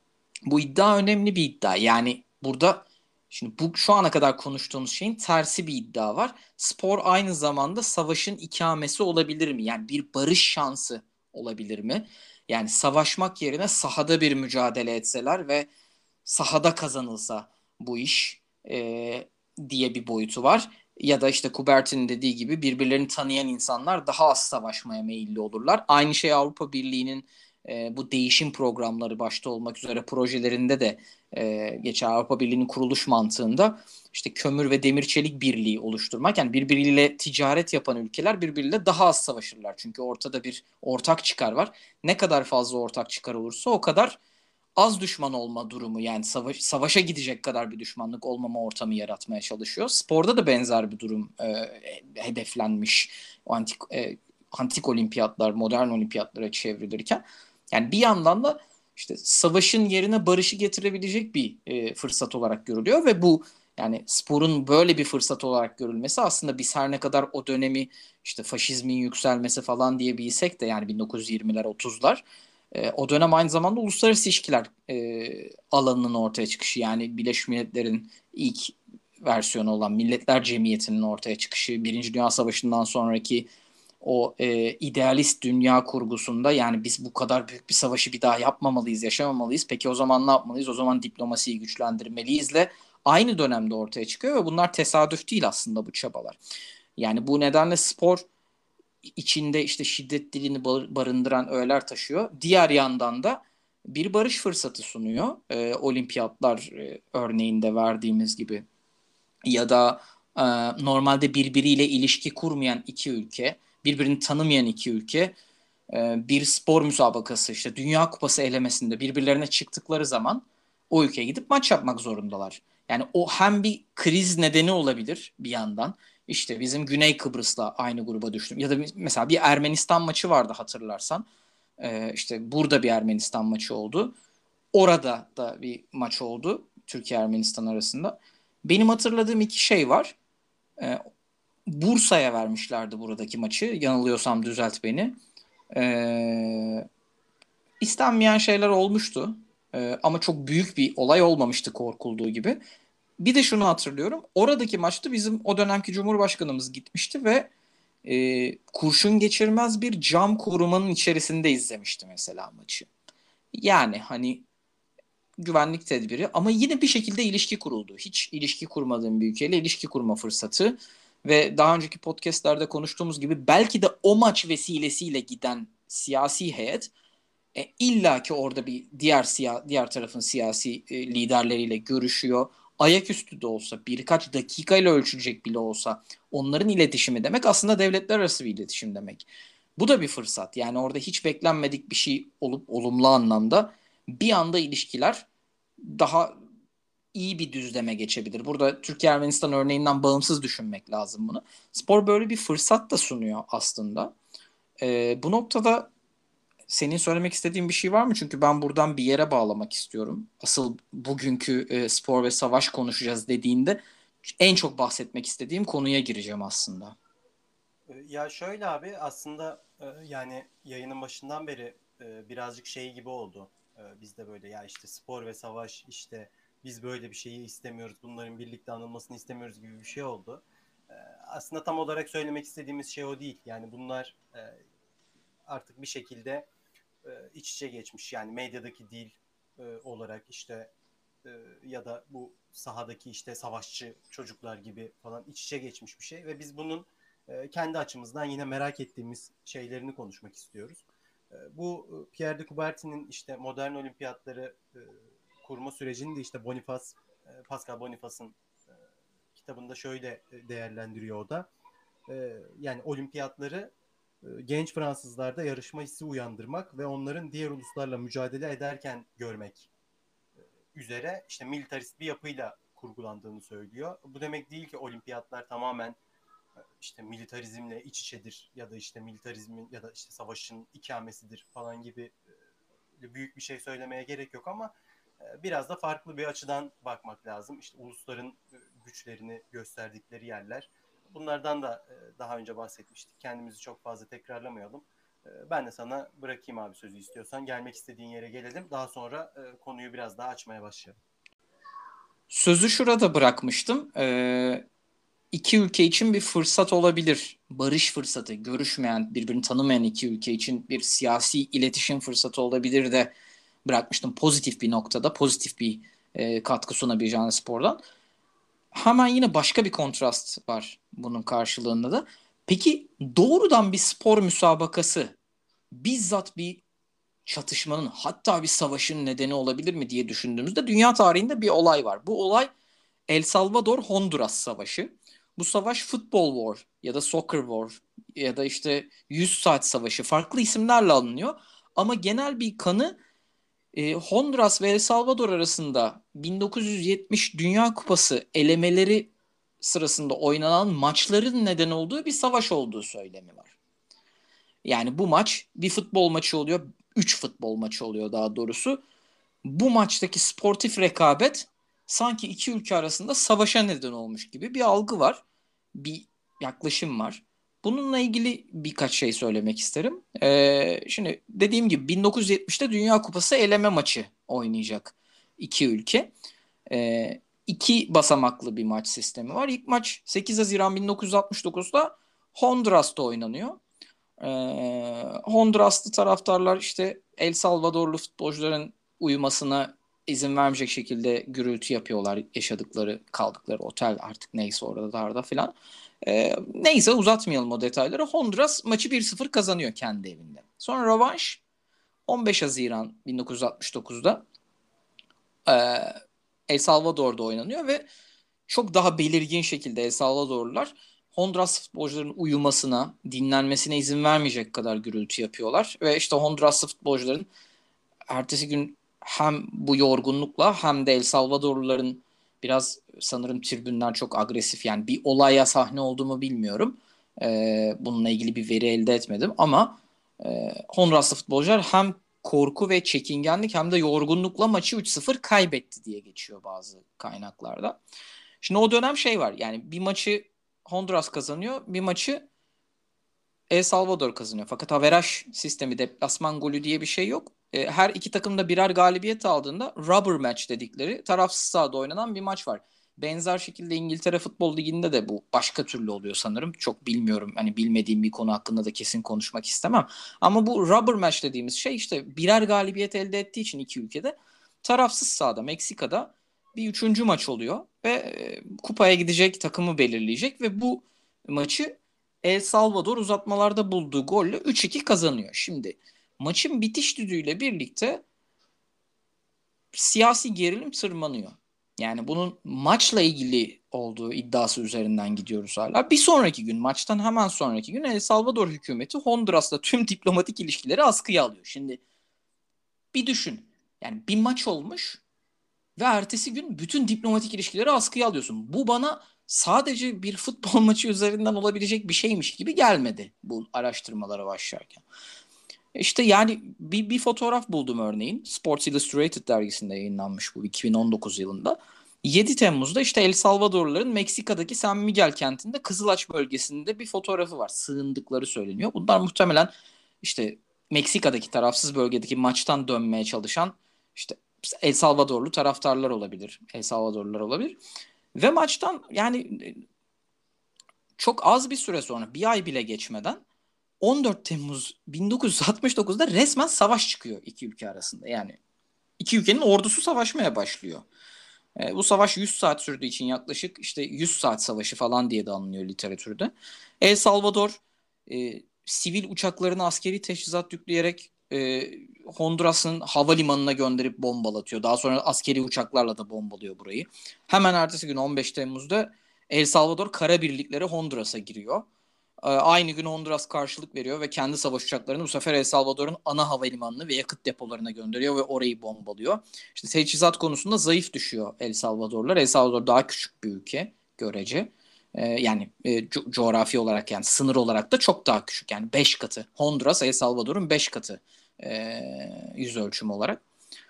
bu iddia önemli bir iddia. Yani burada şimdi bu şu ana kadar konuştuğumuz şeyin tersi bir iddia var. Spor aynı zamanda savaşın ikamesi olabilir mi? Yani bir barış şansı olabilir mi? Yani savaşmak yerine sahada bir mücadele etseler ve sahada kazanılsa bu iş e, diye bir boyutu var. Ya da işte Kuberti'nin dediği gibi birbirlerini tanıyan insanlar daha az savaşmaya meyilli olurlar. Aynı şey Avrupa Birliği'nin e, bu değişim programları başta olmak üzere projelerinde de e, geçen Avrupa Birliği'nin kuruluş mantığında işte kömür ve demir çelik birliği oluşturmak. Yani birbiriyle ticaret yapan ülkeler birbiriyle daha az savaşırlar. Çünkü ortada bir ortak çıkar var. Ne kadar fazla ortak çıkar olursa o kadar az düşman olma durumu, yani savaş, savaşa gidecek kadar bir düşmanlık olmama ortamı yaratmaya çalışıyor. Sporda da benzer bir durum e, hedeflenmiş. O antik, e, antik olimpiyatlar modern olimpiyatlara çevrilirken. Yani bir yandan da işte savaşın yerine barışı getirebilecek bir e, fırsat olarak görülüyor ve bu, yani sporun böyle bir fırsat olarak görülmesi, aslında biz her ne kadar o dönemi işte faşizmin yükselmesi falan diye bilsek de, yani bin dokuz yüz yirmiler otuzlar, e, o dönem aynı zamanda uluslararası ilişkiler e, alanının ortaya çıkışı, yani Birleşmiş Milletler'in ilk versiyonu olan Milletler Cemiyeti'nin ortaya çıkışı, Birinci Dünya Savaşı'ndan sonraki o e, idealist dünya kurgusunda, yani biz bu kadar büyük bir savaşı bir daha yapmamalıyız, yaşamamalıyız. Peki o zaman ne yapmalıyız? O zaman diplomasiyi güçlendirmeliyizle aynı dönemde ortaya çıkıyor ve bunlar tesadüf değil aslında bu çabalar. Yani bu nedenle spor içinde işte şiddet dilini barındıran öğeler taşıyor. Diğer yandan da bir barış fırsatı sunuyor. E, olimpiyatlar e, örneğinde verdiğimiz gibi, ya da e, normalde birbiriyle ilişki kurmayan iki ülke, birbirini tanımayan iki ülke e, bir spor müsabakası, işte Dünya Kupası elemesinde birbirlerine çıktıkları zaman o ülkeye gidip maç yapmak zorundalar. Yani o hem bir kriz nedeni olabilir bir yandan. İşte bizim Güney Kıbrıs'la aynı gruba düştüm. Ya da mesela bir Ermenistan maçı vardı hatırlarsan. E, işte burada bir Ermenistan maçı oldu. Orada da bir maç oldu Türkiye-Ermenistan arasında. Benim hatırladığım iki şey var. E, Bursa'ya vermişlerdi buradaki maçı. Yanılıyorsam düzelt beni. E, istenmeyen şeyler olmuştu. E, ama çok büyük bir olay olmamıştı korkulduğu gibi. Bir de şunu hatırlıyorum. Oradaki maçta bizim o dönemki Cumhurbaşkanımız gitmişti ve e, kurşun geçirmez bir cam korumanın içerisinde izlemişti mesela maçı. Yani hani güvenlik tedbiri, ama yine bir şekilde ilişki kuruldu. Hiç ilişki kurmadığım bir ülkeyle ilişki kurma fırsatı ve daha önceki podcastlerde konuştuğumuz gibi belki de o maç vesilesiyle giden siyasi heyet e, illa ki orada bir diğer siya, diğer tarafın siyasi e, liderleriyle görüşüyor. Ayaküstü de olsa, birkaç dakikayla ölçülecek bile olsa onların iletişimi demek aslında devletler arası bir iletişim demek. Bu da bir fırsat. Yani orada hiç beklenmedik bir şey olup olumlu anlamda bir anda ilişkiler daha iyi bir düzleme geçebilir. Burada Türkiye-Ermenistan örneğinden bağımsız düşünmek lazım bunu. Spor böyle bir fırsat da sunuyor aslında. Ee, bu noktada senin söylemek istediğin bir şey var mı? Çünkü ben buradan bir yere bağlamak istiyorum. Asıl bugünkü e, spor ve savaş konuşacağız dediğinde en çok bahsetmek istediğim konuya gireceğim aslında. Ya şöyle abi, aslında e, yani yayının başından beri e, birazcık şey gibi oldu. E, Biz de böyle ya işte spor ve savaş, işte biz böyle bir şeyi istemiyoruz, bunların birlikte anılmasını istemiyoruz gibi bir şey oldu. E, Aslında tam olarak söylemek istediğimiz şey o değil. Yani bunlar e, artık bir şekilde e, iç içe geçmiş. Yani medyadaki dil e, olarak işte e, ya da bu sahadaki işte savaşçı çocuklar gibi falan iç içe geçmiş bir şey ve biz bunun e, kendi açımızdan yine merak ettiğimiz şeylerini konuşmak istiyoruz. E, bu e, Pierre de Coubertin'in işte modern olimpiyatları e, kurma sürecini de işte Boniface, e, Pascal Bonifaz'ın e, kitabında şöyle e, değerlendiriyor o da. E, yani olimpiyatları e, genç Fransızlarda yarışma hissi uyandırmak ve onların diğer uluslarla mücadele ederken görmek üzere işte militarist bir yapıyla kurgulandığını söylüyor. Bu demek değil ki olimpiyatlar tamamen e, işte militarizmle iç içedir ya da işte militarizmin ya da işte savaşın ikamesidir falan gibi e, büyük bir şey söylemeye gerek yok ama e, biraz da farklı bir açıdan bakmak lazım. İşte ulusların e, güçlerini gösterdikleri yerler. Bunlardan da e, daha önce bahsetmiştik. Kendimizi çok fazla tekrarlamayalım. E, Ben de sana bırakayım abi sözü, istiyorsan. Gelmek istediğin yere gelelim. Daha sonra e, konuyu biraz daha açmaya başlayalım. Sözü şurada bırakmıştım. Ee, iki ülke için bir fırsat olabilir. Barış fırsatı, görüşmeyen, birbirini tanımayan iki ülke için bir siyasi iletişim fırsatı olabilir de bırakmıştım. Pozitif bir noktada, pozitif bir e, katkı sunabileceğini spordan. Hemen yine başka bir kontrast var bunun karşılığında da. Peki doğrudan bir spor müsabakası bizzat bir çatışmanın hatta bir savaşın nedeni olabilir mi diye düşündüğümüzde dünya tarihinde bir olay var. Bu olay El Salvador-Honduras Savaşı. Bu savaş Football War ya da Soccer War ya da işte yüz saat savaşı farklı isimlerle alınıyor. Ama genel bir kanı e, Honduras ve El Salvador arasında bin dokuz yüz yetmiş Dünya Kupası elemeleri sırasında oynanan maçların neden olduğu bir savaş olduğu söylemi var. Yani bu maç bir futbol maçı oluyor, üç futbol maçı oluyor daha doğrusu. Bu maçtaki sportif rekabet sanki iki ülke arasında savaşa neden olmuş gibi bir algı var. Bir yaklaşım var. Bununla ilgili birkaç şey söylemek isterim. Ee, şimdi dediğim gibi bin dokuz yüz yetmişte Dünya Kupası eleme maçı oynayacak iki ülke. Ee, iki basamaklı bir maç sistemi var. İlk maç sekiz Haziran bin dokuz yüz altmış dokuzda Honduras'ta oynanıyor. Ee, Honduraslı taraftarlar işte El Salvadorlu futbolcuların uyumasına izin vermeyecek şekilde gürültü yapıyorlar. Yaşadıkları, kaldıkları otel artık neyse orada filan. Ee, neyse uzatmayalım o detayları. Honduras maçı bir sıfır kazanıyor kendi evinde. Sonra rövanş on beş Haziran bin dokuz yüz altmış dokuzda e, El Salvador'da oynanıyor ve çok daha belirgin şekilde El Salvadorlular Honduras futbolcuların uyumasına, dinlenmesine izin vermeyecek kadar gürültü yapıyorlar. Ve işte Honduraslı futbolcuların ertesi gün hem bu yorgunlukla hem de El Salvadorluların biraz sanırım tribünler çok agresif. Yani bir olaya sahne olduğumu bilmiyorum. Ee, bununla ilgili bir veri elde etmedim ama e, Honduraslı futbolcular hem korku ve çekingenlik hem de yorgunlukla maçı üç sıfır kaybetti diye geçiyor bazı kaynaklarda. Şimdi o dönem şey var yani bir maçı Honduras kazanıyor, bir maçı El Salvador kazanıyor. Fakat averaj sistemi, deplasman golü diye bir şey yok. E, her iki takım da birer galibiyet aldığında rubber match dedikleri tarafsız sahada oynanan bir maç var. Benzer şekilde İngiltere Futbol Ligi'nde de bu başka türlü oluyor sanırım. Çok bilmiyorum. Hani bilmediğim bir konu hakkında da kesin konuşmak istemem. Ama bu rubber match dediğimiz şey işte birer galibiyet elde ettiği için iki ülkede tarafsız sahada Meksika'da bir üçüncü maç oluyor ve e, kupaya gidecek takımı belirleyecek ve bu maçı El Salvador uzatmalarda bulduğu golle üç iki kazanıyor. Şimdi maçın bitiş düdüğüyle birlikte siyasi gerilim tırmanıyor. Yani bunun maçla ilgili olduğu iddiası üzerinden gidiyoruz hala. Bir sonraki gün, maçtan hemen sonraki gün El Salvador hükümeti Honduras'la tüm diplomatik ilişkileri askıya alıyor. Şimdi bir düşün. Yani bir maç olmuş ve ertesi gün bütün diplomatik ilişkileri askıya alıyorsun. Bu bana sadece bir futbol maçı üzerinden olabilecek bir şeymiş gibi gelmedi bu araştırmalara başlarken. İşte yani bir, bir fotoğraf buldum örneğin. Sports Illustrated dergisinde yayınlanmış bu iki bin on dokuz yılında. yedi Temmuz'da işte El Salvadorluların Meksika'daki San Miguel kentinde Kızılaç bölgesinde bir fotoğrafı var. Sığındıkları söyleniyor. Bunlar muhtemelen işte Meksika'daki tarafsız bölgedeki maçtan dönmeye çalışan işte El Salvadorlu taraftarlar olabilir. El Salvadorlular olabilir. Ve maçtan yani çok az bir süre sonra, bir ay bile geçmeden on dört Temmuz bin dokuz yüz altmış dokuzda resmen savaş çıkıyor iki ülke arasında. Yani iki ülkenin ordusu savaşmaya başlıyor. E, bu savaş yüz saat sürdüğü için yaklaşık işte yüz saat savaşı falan diye de anılıyor literatürde. El Salvador e, sivil uçaklarını askeri teçhizat yükleyerek e, Honduras'ın havalimanına gönderip bombalatıyor. Daha sonra askeri uçaklarla da bombalıyor burayı. Hemen ertesi gün on beş Temmuz'da El Salvador kara birlikleri Honduras'a giriyor. Aynı gün Honduras karşılık veriyor ve kendi savaş uçaklarını bu sefer El Salvador'un ana havalimanını ve yakıt depolarına gönderiyor ve orayı bombalıyor. İşte teçhizat konusunda zayıf düşüyor El Salvadorlar. El Salvador daha küçük bir ülke görece. Ee, yani e, co- coğrafi olarak, yani sınır olarak da çok daha küçük. Yani beş katı. Honduras El Salvador'un beş katı e, yüz ölçümü olarak.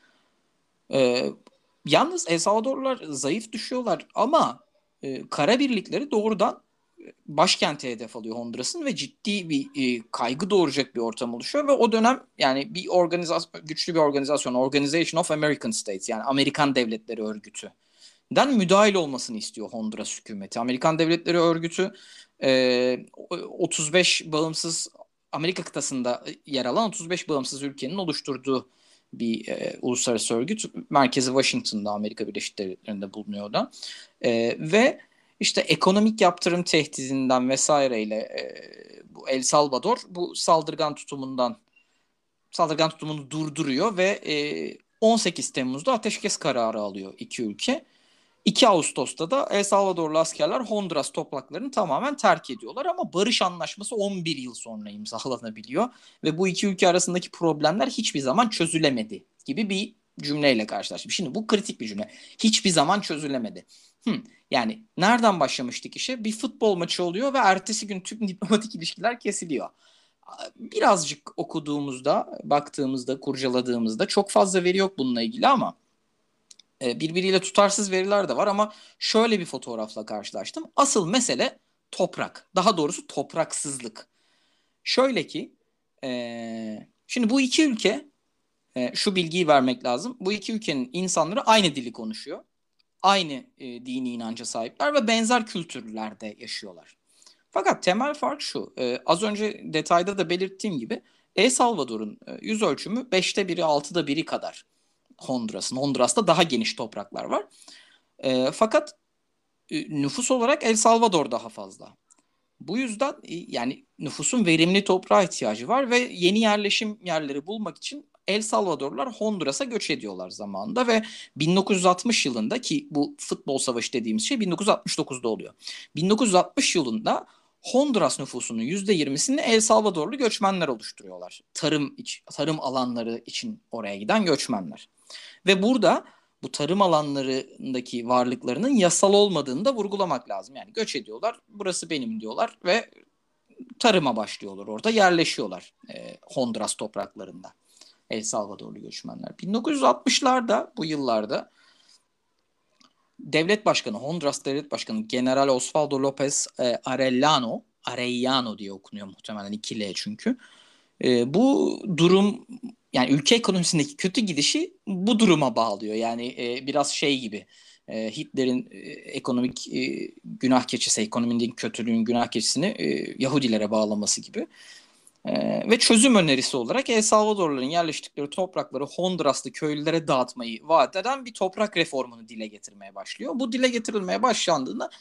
E, Yalnız El Salvadorlar zayıf düşüyorlar ama e, kara birlikleri doğrudan başkenti hedef alıyor Honduras'ın ve ciddi bir e, kaygı doğuracak bir ortam oluşuyor ve o dönem yani bir organizasyon, güçlü bir organizasyon, Organization of American States, yani Amerikan Devletleri Örgütü den müdahil olmasını istiyor Honduras hükümeti. Amerikan Devletleri Örgütü e, otuz beş bağımsız, Amerika kıtasında yer alan otuz beş bağımsız ülkenin oluşturduğu bir e, uluslararası örgüt. Merkezi Washington'da, Amerika Birleşik Devletleri'nde bulunuyor da. E, ve işte ekonomik yaptırım tehdidinden vesaireyle e, bu El Salvador bu saldırgan tutumundan saldırgan tutumunu durduruyor ve e, on sekiz Temmuz'da ateşkes kararı alıyor iki ülke. iki Ağustos'ta da El Salvadorlu askerler Honduras topraklarını tamamen terk ediyorlar ama barış anlaşması on bir yıl sonra imzalanabiliyor ve bu iki ülke arasındaki problemler hiçbir zaman çözülemedi gibi bir cümleyle karşılaştım. Şimdi bu kritik bir cümle. Hiçbir zaman çözülemedi. Hmm. Yani nereden başlamıştık işe? Bir futbol maçı oluyor ve ertesi gün tüm diplomatik ilişkiler kesiliyor. Birazcık okuduğumuzda, baktığımızda, kurcaladığımızda çok fazla veri yok bununla ilgili ama birbiriyle tutarsız veriler de var ama şöyle bir fotoğrafla karşılaştım. Asıl mesele toprak. Daha doğrusu topraksızlık. Şöyle ki e, şimdi bu iki ülke, e, şu bilgiyi vermek lazım. Bu iki ülkenin insanları aynı dili konuşuyor. Aynı e, dini inanca sahipler ve benzer kültürlerde yaşıyorlar. Fakat temel fark şu. E, az önce detayda da belirttiğim gibi El Salvador'un e, yüz ölçümü beşte biri, altıda biri kadar Honduras'ın. Honduras'ta daha geniş topraklar var. E, fakat e, nüfus olarak El Salvador daha fazla. Bu yüzden e, yani nüfusun verimli toprağa ihtiyacı var ve yeni yerleşim yerleri bulmak için El Salvadorlar Honduras'a göç ediyorlar zamanında ve bin dokuz yüz altmış yılında, ki bu futbol savaşı dediğimiz şey bin dokuz yüz altmış dokuzda oluyor. bin dokuz yüz altmış yılında Honduras nüfusunun yüzde yirmisini El Salvadorlu göçmenler oluşturuyorlar. Tarım iç, tarım alanları için oraya giden göçmenler. Ve burada bu tarım alanlarındaki varlıklarının yasal olmadığını da vurgulamak lazım. Yani göç ediyorlar, burası benim diyorlar ve tarıma başlıyorlar, orada yerleşiyorlar e, Honduras topraklarında El Salvadorlu göçmenler. bin dokuz yüz altmışlarda, bu yıllarda devlet başkanı, Honduras devlet başkanı General Osvaldo López e, Arellano, Arellano diye okunuyor muhtemelen, iki L çünkü. E, bu durum, yani ülke ekonomisindeki kötü gidişi bu duruma bağlıyor. Yani e, biraz şey gibi, e, Hitler'in e, ekonomik e, günah keçisi, ekonominin kötülüğün günah keçisini e, Yahudilere bağlaması gibi. E, ve çözüm önerisi olarak El Salvadorluların yerleştikleri toprakları Honduraslı köylülere dağıtmayı vaat eden bir toprak reformunu dile getirmeye başlıyor. Bu dile getirilmeye başlandığında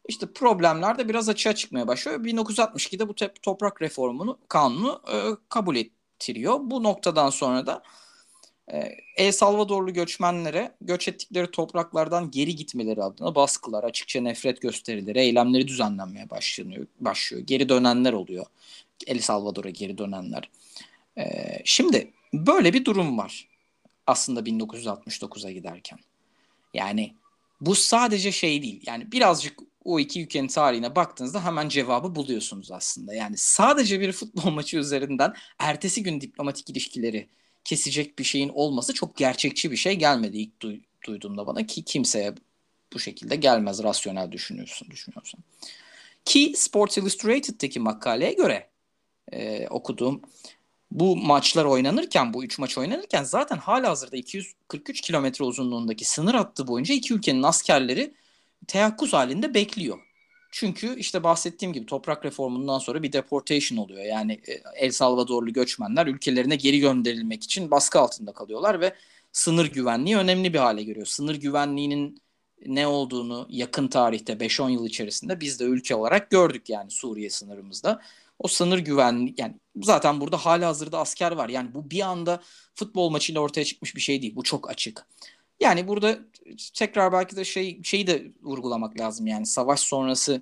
İşte problemler de biraz açığa çıkmaya başlıyor. bin dokuz yüz altmış ikide bu te- toprak reformunu, kanunu e, kabul ettiriyor. Bu noktadan sonra da e, El Salvadorlu göçmenlere göç ettikleri topraklardan geri gitmeleri adına baskılar, açıkça nefret gösterileri, eylemleri düzenlenmeye başlanıyor, başlıyor. Geri dönenler oluyor. El Salvador'a geri dönenler. E, şimdi böyle bir durum var aslında bin dokuz yüz altmış dokuza giderken. Yani bu sadece şey değil. Yani birazcık o iki ülkenin tarihine baktığınızda hemen cevabı buluyorsunuz aslında. Yani sadece bir futbol maçı üzerinden ertesi gün diplomatik ilişkileri kesecek bir şeyin olması çok gerçekçi bir şey gelmedi ilk du- duyduğumda bana, ki kimseye bu şekilde gelmez rasyonel düşünüyorsun düşünüyorsan. Ki Sports Illustrated'daki makaleye göre e, okuduğum bu maçlar oynanırken, bu üç maç oynanırken zaten halihazırda iki yüz kırk üç kilometre uzunluğundaki sınır hattı boyunca iki ülkenin askerleri teyakkuz halinde bekliyor. Çünkü işte bahsettiğim gibi toprak reformundan sonra bir deportation oluyor. Yani El Salvadorlu göçmenler ülkelerine geri gönderilmek için baskı altında kalıyorlar ve sınır güvenliği önemli bir hale geliyor. Sınır güvenliğinin ne olduğunu yakın tarihte beş on yıl içerisinde biz de ülke olarak gördük, yani Suriye sınırımızda. O sınır güvenliği, yani zaten burada halihazırda asker var. Yani bu bir anda futbol maçıyla ortaya çıkmış bir şey değil. Bu çok açık. Yani burada tekrar belki de şey şeyi de vurgulamak lazım. Yani savaş sonrası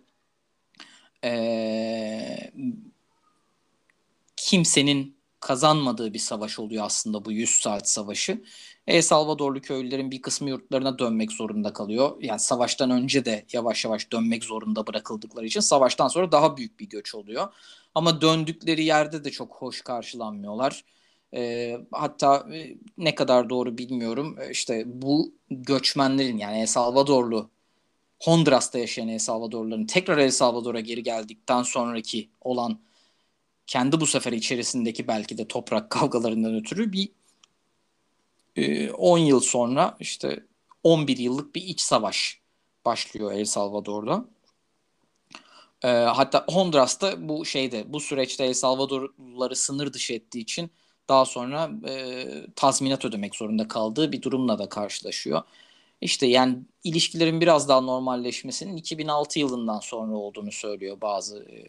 ee, kimsenin kazanmadığı bir savaş oluyor aslında bu yüz saat savaşı. El Salvadorlu köylülerin bir kısmı yurtlarına dönmek zorunda kalıyor. Yani savaştan önce de yavaş yavaş dönmek zorunda bırakıldıkları için savaştan sonra daha büyük bir göç oluyor. Ama döndükleri yerde de çok hoş karşılanmıyorlar. Ee, hatta e, ne kadar doğru bilmiyorum. E, İşte bu göçmenlerin, yani El Salvadorlu, Honduras'ta yaşayan El Salvadorluların tekrar El Salvador'a geri geldikten sonraki olan, kendi bu sefer içerisindeki belki de toprak kavgalarından ötürü bir e, on yıl sonra işte on bir yıllık bir iç savaş başlıyor El Salvador'da. E, hatta Honduras'ta bu şeyde bu süreçte El Salvadorluları sınır dışı ettiği için daha sonra e, tazminat ödemek zorunda kaldığı bir durumla da karşılaşıyor. İşte yani ilişkilerin biraz daha normalleşmesinin iki bin altı yılından sonra olduğunu söylüyor bazı e,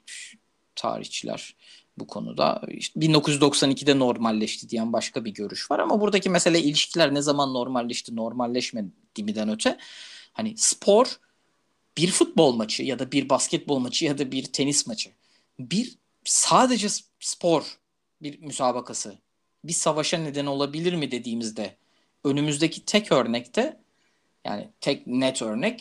tarihçiler bu konuda. İşte bin dokuz yüz doksan ikide normalleşti diyen başka bir görüş var ama buradaki mesele ilişkiler ne zaman normalleşti, normalleşmedi miden öte. Hani spor, bir futbol maçı ya da bir basketbol maçı ya da bir tenis maçı, bir sadece spor bir müsabakası bir savaşa neden olabilir mi dediğimizde önümüzdeki tek örnekte, yani tek net örnek,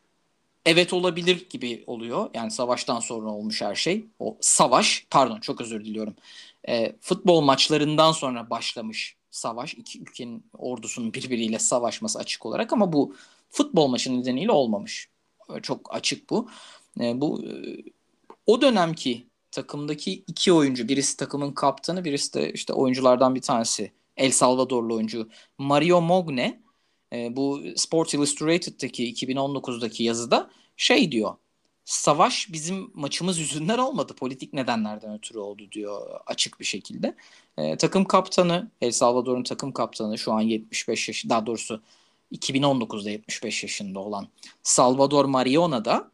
evet olabilir gibi oluyor. Yani savaştan sonra olmuş her şey. O savaş, pardon çok özür diliyorum. E, futbol maçlarından sonra başlamış savaş. İki ülkenin ordusunun birbiriyle savaşması açık olarak, ama bu futbol maçı nedeniyle olmamış. Çok açık bu. E, bu e, o dönemki takımdaki iki oyuncu, birisi takımın kaptanı, birisi de işte oyunculardan bir tanesi, El Salvadorlu oyuncu Mario Mogne, e, bu Sports Illustrated'daki iki bin on dokuzdaki yazıda şey diyor. Savaş bizim maçımız yüzünden olmadı. Politik nedenlerden ötürü oldu diyor açık bir şekilde. E, takım kaptanı, El Salvador'un takım kaptanı, şu an yetmiş beş yaş, daha doğrusu iki bin on dokuzda yetmiş beş yaşında olan Salvador Mariona da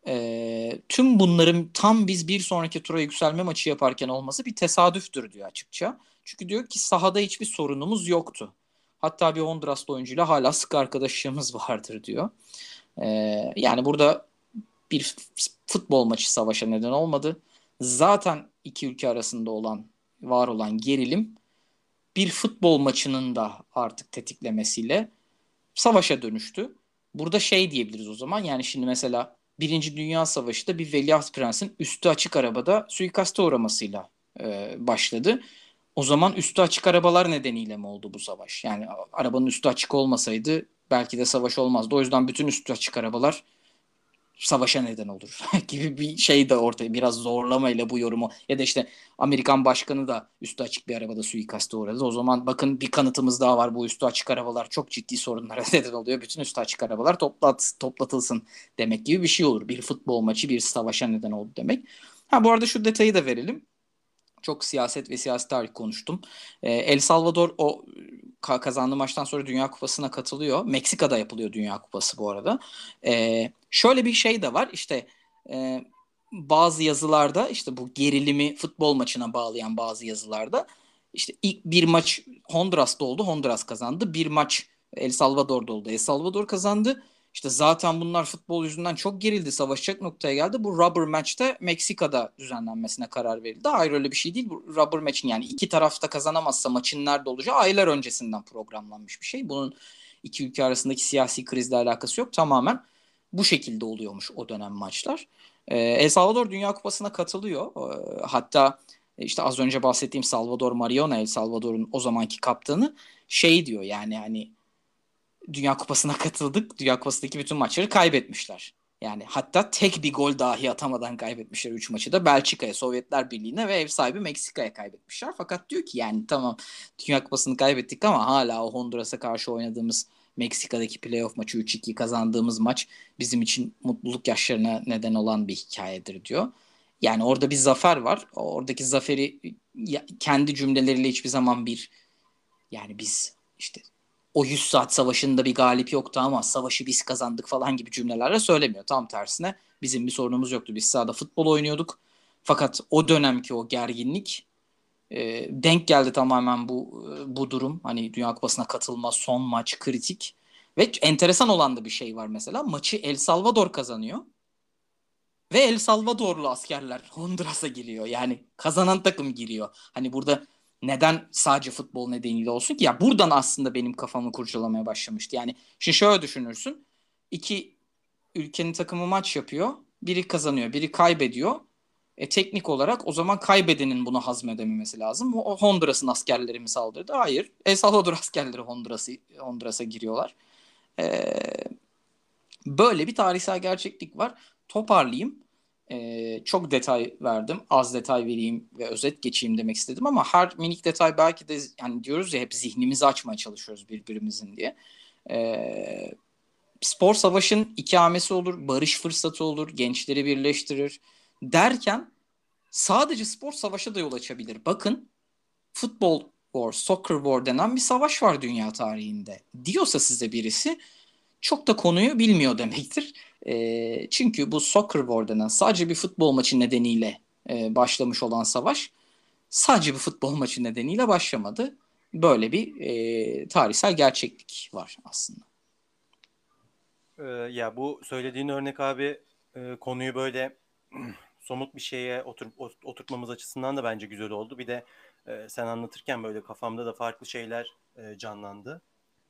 e, tüm bunların tam biz bir sonraki tura yükselme maçı yaparken olması bir tesadüftür diyor açıkça. Çünkü diyor ki sahada hiçbir sorunumuz yoktu. Hatta bir Honduraslı oyuncuyla hala sık arkadaşlığımız vardır diyor. E, yani burada bir futbol maçı savaşa neden olmadı. Zaten iki ülke arasında olan, var olan gerilim bir futbol maçının da artık tetiklemesiyle savaşa dönüştü. Burada şey diyebiliriz o zaman, yani şimdi mesela Birinci Dünya Savaşı'da bir Veliaht Prens'in üstü açık arabada suikaste uğramasıyla e, başladı. O zaman üstü açık arabalar nedeniyle mi oldu bu savaş? Yani arabanın üstü açık olmasaydı belki de savaş olmazdı. O yüzden bütün üstü açık arabalar savaşa neden olur gibi bir şey de ortaya, biraz zorlamayla bu yorumu, ya da işte Amerikan başkanı da üstü açık bir arabada suikaste uğradı. O zaman bakın bir kanıtımız daha var, bu üstü açık arabalar çok ciddi sorunlara neden oluyor. Bütün üstü açık arabalar toplat, toplatılsın demek gibi bir şey olur. Bir futbol maçı bir savaşa neden oldu demek. Ha bu arada şu detayı da verelim. Çok siyaset ve siyasi tarih konuştum. Ee, El Salvador o kazandığı maçtan sonra Dünya Kupası'na katılıyor. Meksika'da yapılıyor Dünya Kupası bu arada. E, şöyle bir şey de var. İşte e, bazı yazılarda işte bu gerilimi futbol maçına bağlayan bazı yazılarda işte ilk bir maç Honduras'ta oldu. Honduras kazandı. Bir maç El Salvador'da oldu. El Salvador kazandı. İşte zaten bunlar futbol yüzünden çok gerildi. Savaşacak noktaya geldi. Bu rubber match'te Meksika'da düzenlenmesine karar verildi. Hayır, öyle bir şey değil. Bu rubber match'in, yani iki tarafta kazanamazsa maçın nerede olacağı aylar öncesinden programlanmış bir şey. Bunun iki ülke arasındaki siyasi krizle alakası yok. Tamamen bu şekilde oluyormuş o dönem maçlar. Ee, El Salvador Dünya Kupası'na katılıyor. Ee, hatta işte az önce bahsettiğim Salvador Mariona, El Salvador'un o zamanki kaptanı, şey diyor yani, hani Dünya Kupası'na katıldık. Dünya Kupası'ndaki bütün maçları kaybetmişler. Yani hatta tek bir gol dahi atamadan kaybetmişler üç maçı da. Belçika'ya, Sovyetler Birliği'ne ve ev sahibi Meksika'ya kaybetmişler. Fakat diyor ki yani tamam, Dünya Kupası'nı kaybettik ama hala o Honduras'a karşı oynadığımız Meksika'daki playoff maçı üç iki kazandığımız maç bizim için mutluluk yaşlarına neden olan bir hikayedir diyor. Yani orada bir zafer var. Oradaki zaferi kendi cümleleriyle hiçbir zaman bir, yani biz işte o yüz saat savaşında bir galip yoktu ama savaşı biz kazandık falan gibi cümlelerle söylemiyor. Tam tersine bizim bir sorunumuz yoktu. Biz sahada futbol oynuyorduk. Fakat o dönemki o gerginlik e, denk geldi tamamen bu e, bu durum. Hani Dünya Kupası'na katılma, son maç, kritik. Ve enteresan olan da bir şey var mesela. Maçı El Salvador kazanıyor. Ve El Salvadorlu askerler Honduras'a giriyor. Yani kazanan takım giriyor. Hani burada neden sadece futbol nedeniyle olsun ki? Ya buradan aslında benim kafamı kurcalamaya başlamıştı. Yani şimdi şöyle düşünürsün. İki ülkenin takımı maç yapıyor. Biri kazanıyor, biri kaybediyor. E, teknik olarak o zaman kaybedenin bunu hazmedememesi lazım. O Honduras'ın askerleri mi saldırdı? Hayır. El Salvador askerleri Honduras'a Honduras'a giriyorlar. E, Böyle bir tarihsel gerçeklik var. Toparlayayım. Ee, çok detay verdim. Az detay vereyim ve özet geçeyim demek istedim ama her minik detay belki de, yani diyoruz ya hep zihnimizi açmaya çalışıyoruz birbirimizin diye. Ee, Spor savaşın ikamesi olur, barış fırsatı olur, gençleri birleştirir derken sadece spor savaşa da yol açabilir. Bakın, futbol war, soccer war denen bir savaş var dünya tarihinde diyorsa size birisi, çok da konuyu bilmiyor demektir. E, çünkü bu soccer war denen sadece bir futbol maçı nedeniyle e, başlamış olan savaş sadece bir futbol maçı nedeniyle başlamadı. Böyle bir e, tarihsel gerçeklik var aslında. Ee, ya bu söylediğin örnek abi, e, konuyu böyle somut bir şeye otur, ot- oturtmamız açısından da bence güzel oldu. Bir de e, sen anlatırken böyle kafamda da farklı şeyler e, canlandı.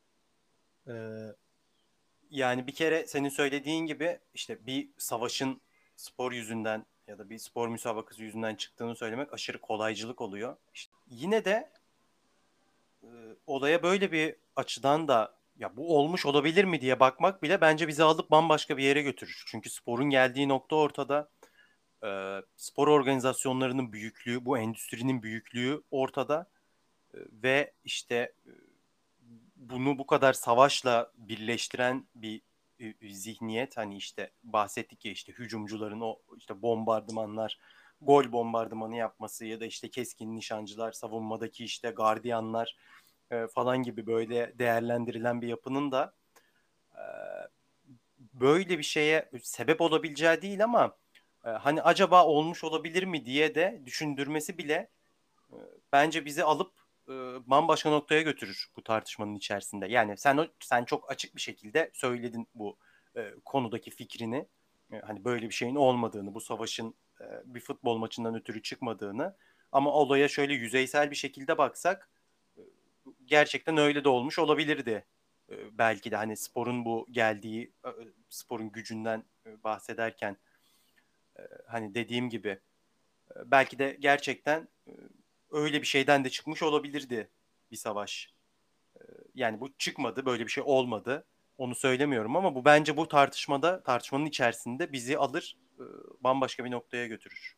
Ee, Yani bir kere senin söylediğin gibi işte bir savaşın spor yüzünden ya da bir spor müsabakası yüzünden çıktığını söylemek aşırı kolaycılık oluyor. İşte yine de e, olaya böyle bir açıdan da ya bu olmuş olabilir mi diye bakmak bile bence bizi alıp bambaşka bir yere götürür. Çünkü sporun geldiği nokta ortada. E, spor organizasyonlarının büyüklüğü, bu endüstrinin büyüklüğü ortada. E, ve işte e, bunu bu kadar savaşla birleştiren bir e, zihniyet, hani işte bahsettik ya, işte hücumcuların o işte bombardımanlar, gol bombardımanı yapması ya da işte keskin nişancılar, savunmadaki işte gardiyanlar e, falan gibi böyle değerlendirilen bir yapının da e, böyle bir şeye sebep olabileceği değil ama e, hani acaba olmuş olabilir mi diye de düşündürmesi bile e, bence bizi alıp e, bambaşka noktaya götürür bu tartışmanın içerisinde. Yani sen o- sen çok açık bir şekilde söyledin bu e, konudaki fikrini. E, hani böyle bir şeyin olmadığını, bu savaşın e, bir futbol maçından ötürü çıkmadığını. Ama olaya şöyle yüzeysel bir şekilde baksak e, gerçekten öyle de olmuş olabilirdi. E, belki de hani sporun bu geldiği e, sporun gücünden e, bahsederken e, hani dediğim gibi e, belki de gerçekten e, öyle bir şeyden de çıkmış olabilirdi bir savaş. Yani bu çıkmadı, böyle bir şey olmadı. Onu söylemiyorum ama bu bence bu tartışmada, tartışmanın içerisinde bizi alır, e, bambaşka bir noktaya götürür.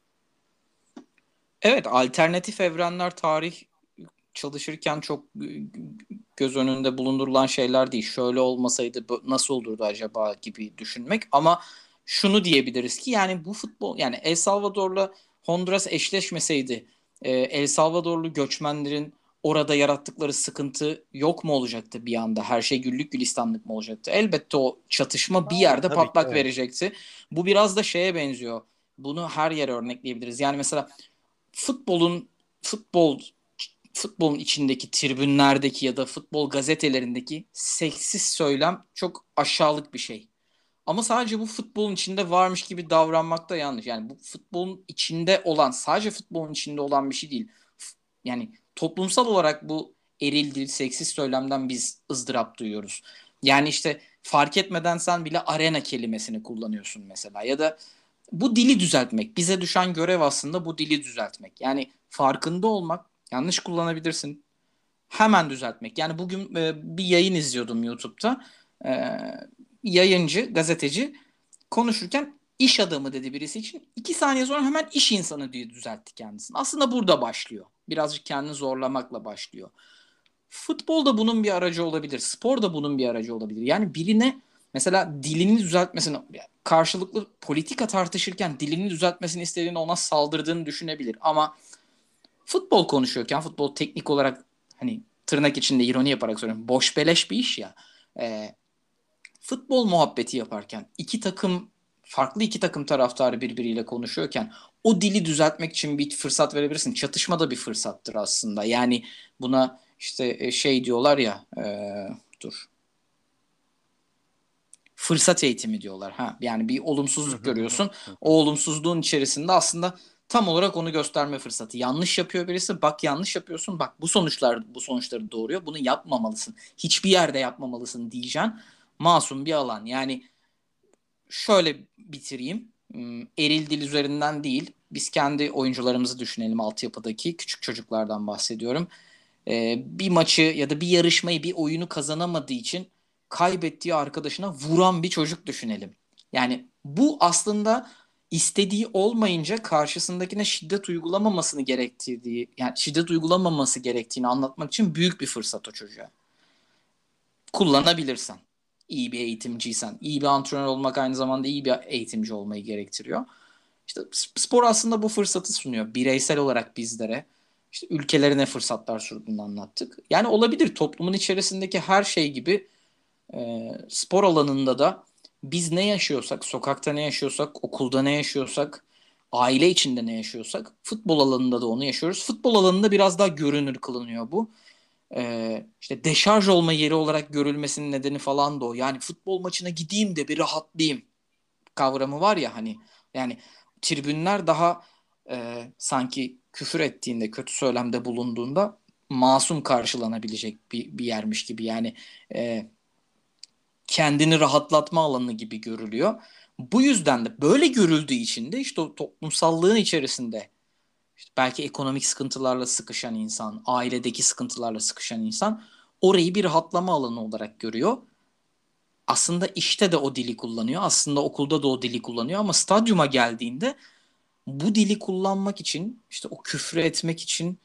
Evet, alternatif evrenler tarih çalışırken çok göz önünde bulundurulan şeyler değil. Şöyle olmasaydı nasıl olurdu acaba gibi düşünmek. Ama şunu diyebiliriz ki yani bu futbol, yani El Salvador'la Honduras eşleşmeseydi e, El Salvadorlu göçmenlerin orada yarattıkları sıkıntı yok mu olacaktı bir anda? Her şey güllük gülistanlık mı olacaktı? Elbette o çatışma bir Aa, yerde tabii ki patlak evet. verecekti. Bu biraz da şeye benziyor. Bunu her yere örnekleyebiliriz. Yani mesela futbolun futbol futbolun içindeki tribünlerdeki ya da futbol gazetelerindeki seksist söylem çok aşağılık bir şey. Ama sadece bu futbolun içinde varmış gibi davranmak da yanlış. Yani bu futbolun içinde olan, sadece futbolun içinde olan bir şey değil. Yani toplumsal olarak bu eril dil, seksist söylemden biz ızdırap duyuyoruz. Yani işte fark etmeden sen bile arena kelimesini kullanıyorsun mesela. Ya da bu dili düzeltmek. Bize düşen görev aslında bu dili düzeltmek. Yani farkında olmak, yanlış kullanabilirsin. Hemen düzeltmek. Yani bugün e, bir yayın izliyordum YouTube'da. E, Yayıncı, gazeteci konuşurken iş adamı dedi birisi için. İki saniye sonra hemen iş insanı diye düzeltti kendisini. Aslında burada başlıyor. Birazcık kendini zorlamakla başlıyor. Futbol da bunun bir aracı olabilir. Spor da bunun bir aracı olabilir. Yani birine mesela dilini düzeltmesini, karşılıklı politika tartışırken dilini düzeltmesini istediğini, ona saldırdığını düşünebilir. Ama futbol konuşuyorken, futbol teknik olarak hani tırnak içinde ironi yaparak söylüyorum, boş beleş bir iş ya. E, Futbol muhabbeti yaparken iki takım, farklı iki takım taraftarı birbiriyle konuşuyorken o dili düzeltmek için bir fırsat verebilirsin. Çatışma da bir fırsattır aslında. Yani buna işte e, şey diyorlar ya, e, dur fırsat eğitimi diyorlar. Ha, yani bir Hı olumsuzluk hı hı görüyorsun. hı hı. O olumsuzluğun içerisinde aslında tam olarak onu gösterme fırsatı. Yanlış yapıyor birisi. Bak yanlış yapıyorsun. Bak bu sonuçlar bu sonuçları doğuruyor. Bunu yapmamalısın. Hiçbir yerde yapmamalısın diyeceksin. Masum bir alan. Yani şöyle bitireyim. Hmm, Eril dil üzerinden değil. Biz kendi oyuncularımızı düşünelim, altyapıdaki küçük çocuklardan bahsediyorum. Ee, bir maçı ya da bir yarışmayı, bir oyunu kazanamadığı için kaybettiği arkadaşına vuran bir çocuk düşünelim. Yani bu aslında istediği olmayınca karşısındakine şiddet uygulamamasını gerektirdiği, yani şiddet uygulamaması gerektiğini anlatmak için büyük bir fırsat o çocuğa. Kullanabilirsen. İyi bir eğitimciysen. İyi bir antrenör olmak aynı zamanda iyi bir eğitimci olmayı gerektiriyor. İşte spor aslında bu fırsatı sunuyor. Bireysel olarak bizlere. İşte ülkelere ne fırsatlar sunduğunu anlattık. Yani olabilir, toplumun içerisindeki her şey gibi e, spor alanında da biz ne yaşıyorsak, sokakta ne yaşıyorsak, okulda ne yaşıyorsak, aile içinde ne yaşıyorsak, futbol alanında da onu yaşıyoruz. Futbol alanında biraz daha görünür kılınıyor bu. Ee, işte deşarj olma yeri olarak görülmesinin nedeni falan da o. Yani futbol maçına gideyim de bir rahatlayayım kavramı var ya hani. Yani tribünler daha e, sanki küfür ettiğinde, kötü söylemde bulunduğunda masum karşılanabilecek bir, bir yermiş gibi. Yani e, kendini rahatlatma alanı gibi görülüyor. Bu yüzden de böyle görüldüğü için de işte o toplumsallığın içerisinde işte belki ekonomik sıkıntılarla sıkışan insan, ailedeki sıkıntılarla sıkışan insan orayı bir rahatlama alanı olarak görüyor. Aslında işte de o dili kullanıyor. Aslında okulda da o dili kullanıyor ama stadyuma geldiğinde bu dili kullanmak için, işte o küfrü etmek için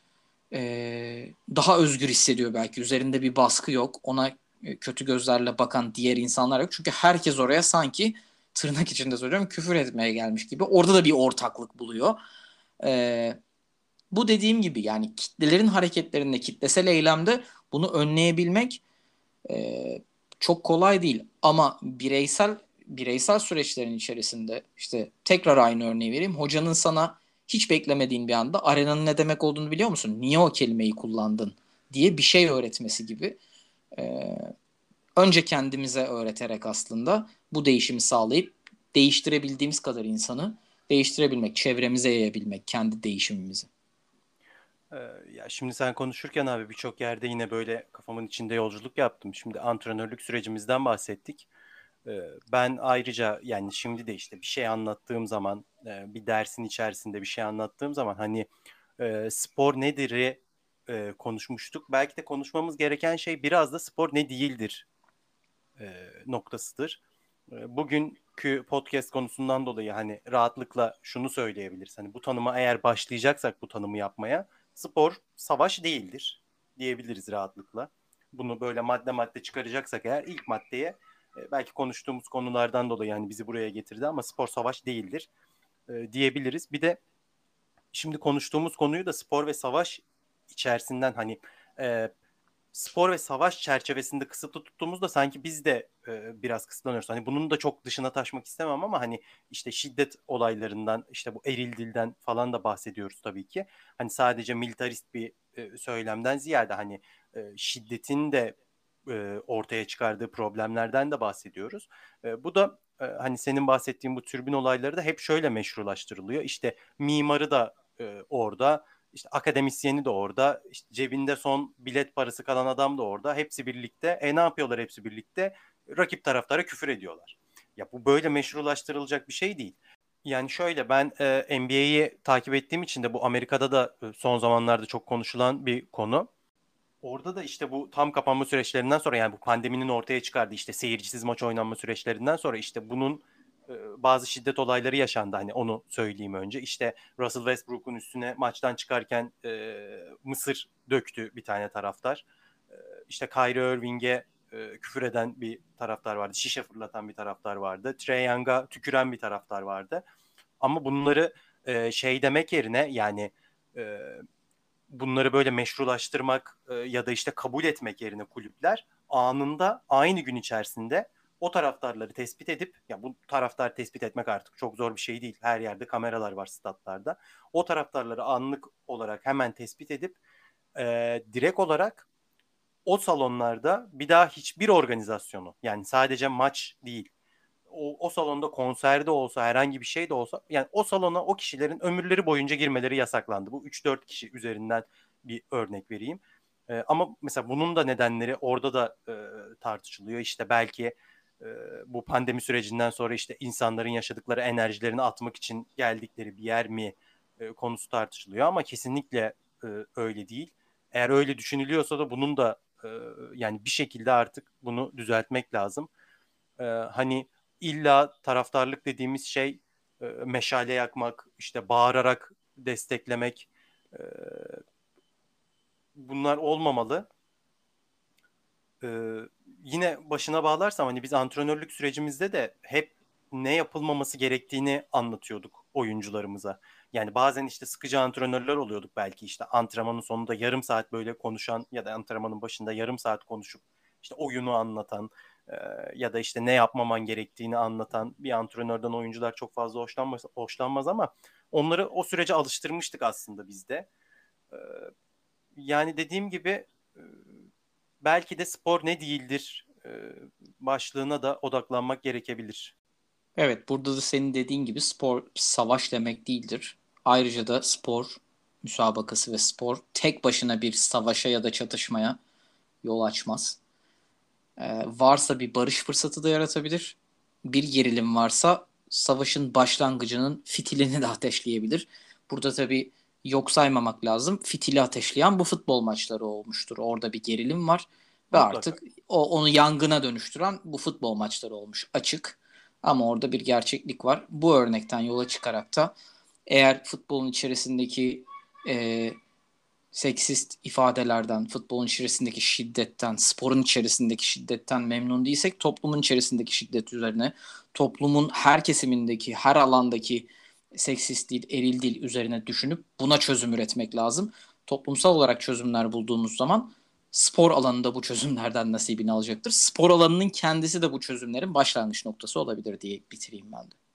eee, daha özgür hissediyor belki. Üzerinde bir baskı yok. Ona e, kötü gözlerle bakan diğer insanlar yok. Çünkü herkes oraya sanki, tırnak içinde söylüyorum, küfür etmeye gelmiş gibi. Orada da bir ortaklık buluyor. Eee Bu dediğim gibi yani kitlelerin hareketlerinde, kitlesel eylemde bunu önleyebilmek e, çok kolay değil. Ama bireysel bireysel süreçlerin içerisinde işte tekrar aynı örneği vereyim. Hocanın sana hiç beklemediğin bir anda arenanın ne demek olduğunu biliyor musun? Niye o kelimeyi kullandın diye bir şey öğretmesi gibi. E, Önce kendimize öğreterek aslında bu değişimi sağlayıp değiştirebildiğimiz kadar insanı değiştirebilmek, çevremize yayabilmek kendi değişimimizi. Ee, ya şimdi sen konuşurken abi birçok yerde yine böyle kafamın içinde yolculuk yaptım. Şimdi antrenörlük sürecimizden bahsettik. Ee, ben ayrıca yani şimdi de işte bir şey anlattığım zaman, e, bir dersin içerisinde bir şey anlattığım zaman hani e, spor nedir'i e, konuşmuştuk. Belki de konuşmamız gereken şey biraz da spor ne değildir e, noktasıdır. E, bugünkü podcast konusundan dolayı hani rahatlıkla şunu söyleyebiliriz. Hani bu tanıma eğer başlayacaksak bu tanımı yapmaya spor savaş değildir diyebiliriz rahatlıkla. Bunu böyle madde madde çıkaracaksak eğer ilk maddeye e, belki konuştuğumuz konulardan dolayı yani bizi buraya getirdi ama spor savaş değildir e, diyebiliriz. Bir de şimdi konuştuğumuz konuyu da spor ve savaş içerisinden hani e, spor ve savaş çerçevesinde kısıtlı tuttuğumuzda sanki biz de e, biraz kısıtlanıyoruz. Hani bunun da çok dışına taşmak istemem ama hani işte şiddet olaylarından, işte bu eril dilden falan da bahsediyoruz tabii ki. Hani sadece militarist bir e, söylemden ziyade hani e, şiddetin de e, ortaya çıkardığı problemlerden de bahsediyoruz. E, bu da e, hani senin bahsettiğin bu türbin olayları da hep şöyle meşrulaştırılıyor. İşte mimarı da e, orada, işte akademisyeni de orada, işte cebinde son bilet parası kalan adam da orada. Hepsi birlikte. E ne yapıyorlar hepsi birlikte? Rakip taraftara küfür ediyorlar. Ya bu böyle meşrulaştırılacak bir şey değil. Yani şöyle, ben e, N B A'yi takip ettiğim için de bu Amerika'da da e, son zamanlarda çok konuşulan bir konu. Orada da işte bu tam kapanma süreçlerinden sonra, yani bu pandeminin ortaya çıkardığı işte seyircisiz maç oynanma süreçlerinden sonra işte bunun e, bazı şiddet olayları yaşandı. Hani onu söyleyeyim önce. İşte Russell Westbrook'un üstüne maçtan çıkarken e, mısır döktü bir tane taraftar. E, işte Kyrie Irving'e e, küfür eden bir taraftar vardı. Şişe fırlatan bir taraftar vardı. Trae Young'a tüküren bir taraftar vardı. Ama bunları e, şey demek yerine, yani e, bunları böyle meşrulaştırmak e, ya da işte kabul etmek yerine kulüpler anında, aynı gün içerisinde o taraftarları tespit edip, ya bu taraftar tespit etmek artık çok zor bir şey değil. Her yerde kameralar var statlarda. O taraftarları anlık olarak hemen tespit edip e, direkt olarak o salonlarda bir daha hiçbir organizasyonu, yani sadece maç değil, o, o salonda konserde olsa, herhangi bir şey de olsa, yani o salona o kişilerin ömürleri boyunca girmeleri yasaklandı. Bu üç dört kişi üzerinden bir örnek vereyim. Ee, ama mesela bunun da nedenleri orada da e, tartışılıyor. İşte belki e, bu pandemi sürecinden sonra işte insanların yaşadıkları enerjilerini atmak için geldikleri bir yer mi e, konusu tartışılıyor, ama kesinlikle e, öyle değil. Eğer öyle düşünülüyorsa da bunun da e, yani bir şekilde artık bunu düzeltmek lazım. E, hani illa taraftarlık dediğimiz şey e, meşale yakmak, işte bağırarak desteklemek, e, bunlar olmamalı. E, Yine başına bağlarsam, hani biz antrenörlük sürecimizde de hep ne yapılmaması gerektiğini anlatıyorduk oyuncularımıza. Yani bazen işte sıkıcı antrenörler oluyorduk, belki işte antrenmanın sonunda yarım saat böyle konuşan ya da antrenmanın başında yarım saat konuşup işte oyunu anlatan e, ya da işte ne yapmaman gerektiğini anlatan bir antrenörden oyuncular çok fazla hoşlanmaz, hoşlanmaz ama onları o sürece alıştırmıştık aslında biz de. E, Yani dediğim gibi e, belki de spor ne değildir e, başlığına da odaklanmak gerekebilir. Evet, burada da senin dediğin gibi spor savaş demek değildir. Ayrıca da spor müsabakası ve spor tek başına bir savaşa ya da çatışmaya yol açmaz. Ee, varsa bir barış fırsatı da yaratabilir. Bir gerilim varsa savaşın başlangıcının fitilini de ateşleyebilir. Burada tabii yok saymamak lazım. Fitili ateşleyen bu futbol maçları olmuştur. Orada bir gerilim var ve Mutlaka. artık o onu yangına dönüştüren bu futbol maçları olmuş. Açık. Ama orada bir gerçeklik var. Bu örnekten yola çıkarak da eğer futbolun içerisindeki e, seksist ifadelerden, futbolun içerisindeki şiddetten, sporun içerisindeki şiddetten memnun değilsek toplumun içerisindeki şiddet üzerine, toplumun her kesimindeki, her alandaki seksist dil, eril dil üzerine düşünüp buna çözüm üretmek lazım. Toplumsal olarak çözümler bulduğumuz zaman spor alanında bu çözümlerden nasibini alacaktır. Spor alanının kendisi de bu çözümlerin başlangıç noktası olabilir diye bitireyim ben de.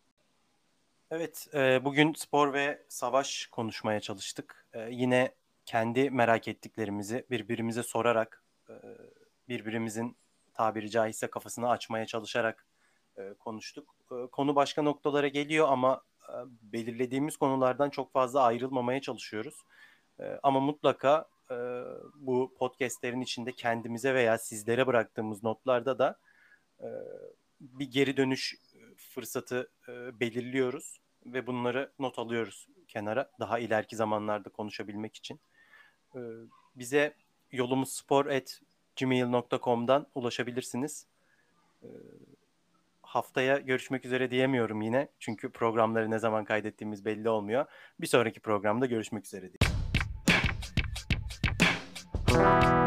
Evet, e, bugün spor ve savaş konuşmaya çalıştık. E, yine kendi merak ettiklerimizi birbirimize sorarak, e, birbirimizin tabiri caizse kafasını açmaya çalışarak e, konuştuk. E, konu başka noktalara geliyor ama e, belirlediğimiz konulardan çok fazla ayrılmamaya çalışıyoruz. E, ama mutlaka e, bu podcastlerin içinde kendimize veya sizlere bıraktığımız notlarda da e, bir geri dönüş fırsatı e, belirliyoruz ve bunları not alıyoruz kenara, daha ileriki zamanlarda konuşabilmek için. E, Bize yolumuzspor at gmail nokta com'dan ulaşabilirsiniz. E, Haftaya görüşmek üzere diyemiyorum yine, çünkü programları ne zaman kaydettiğimiz belli olmuyor. Bir sonraki programda görüşmek üzere.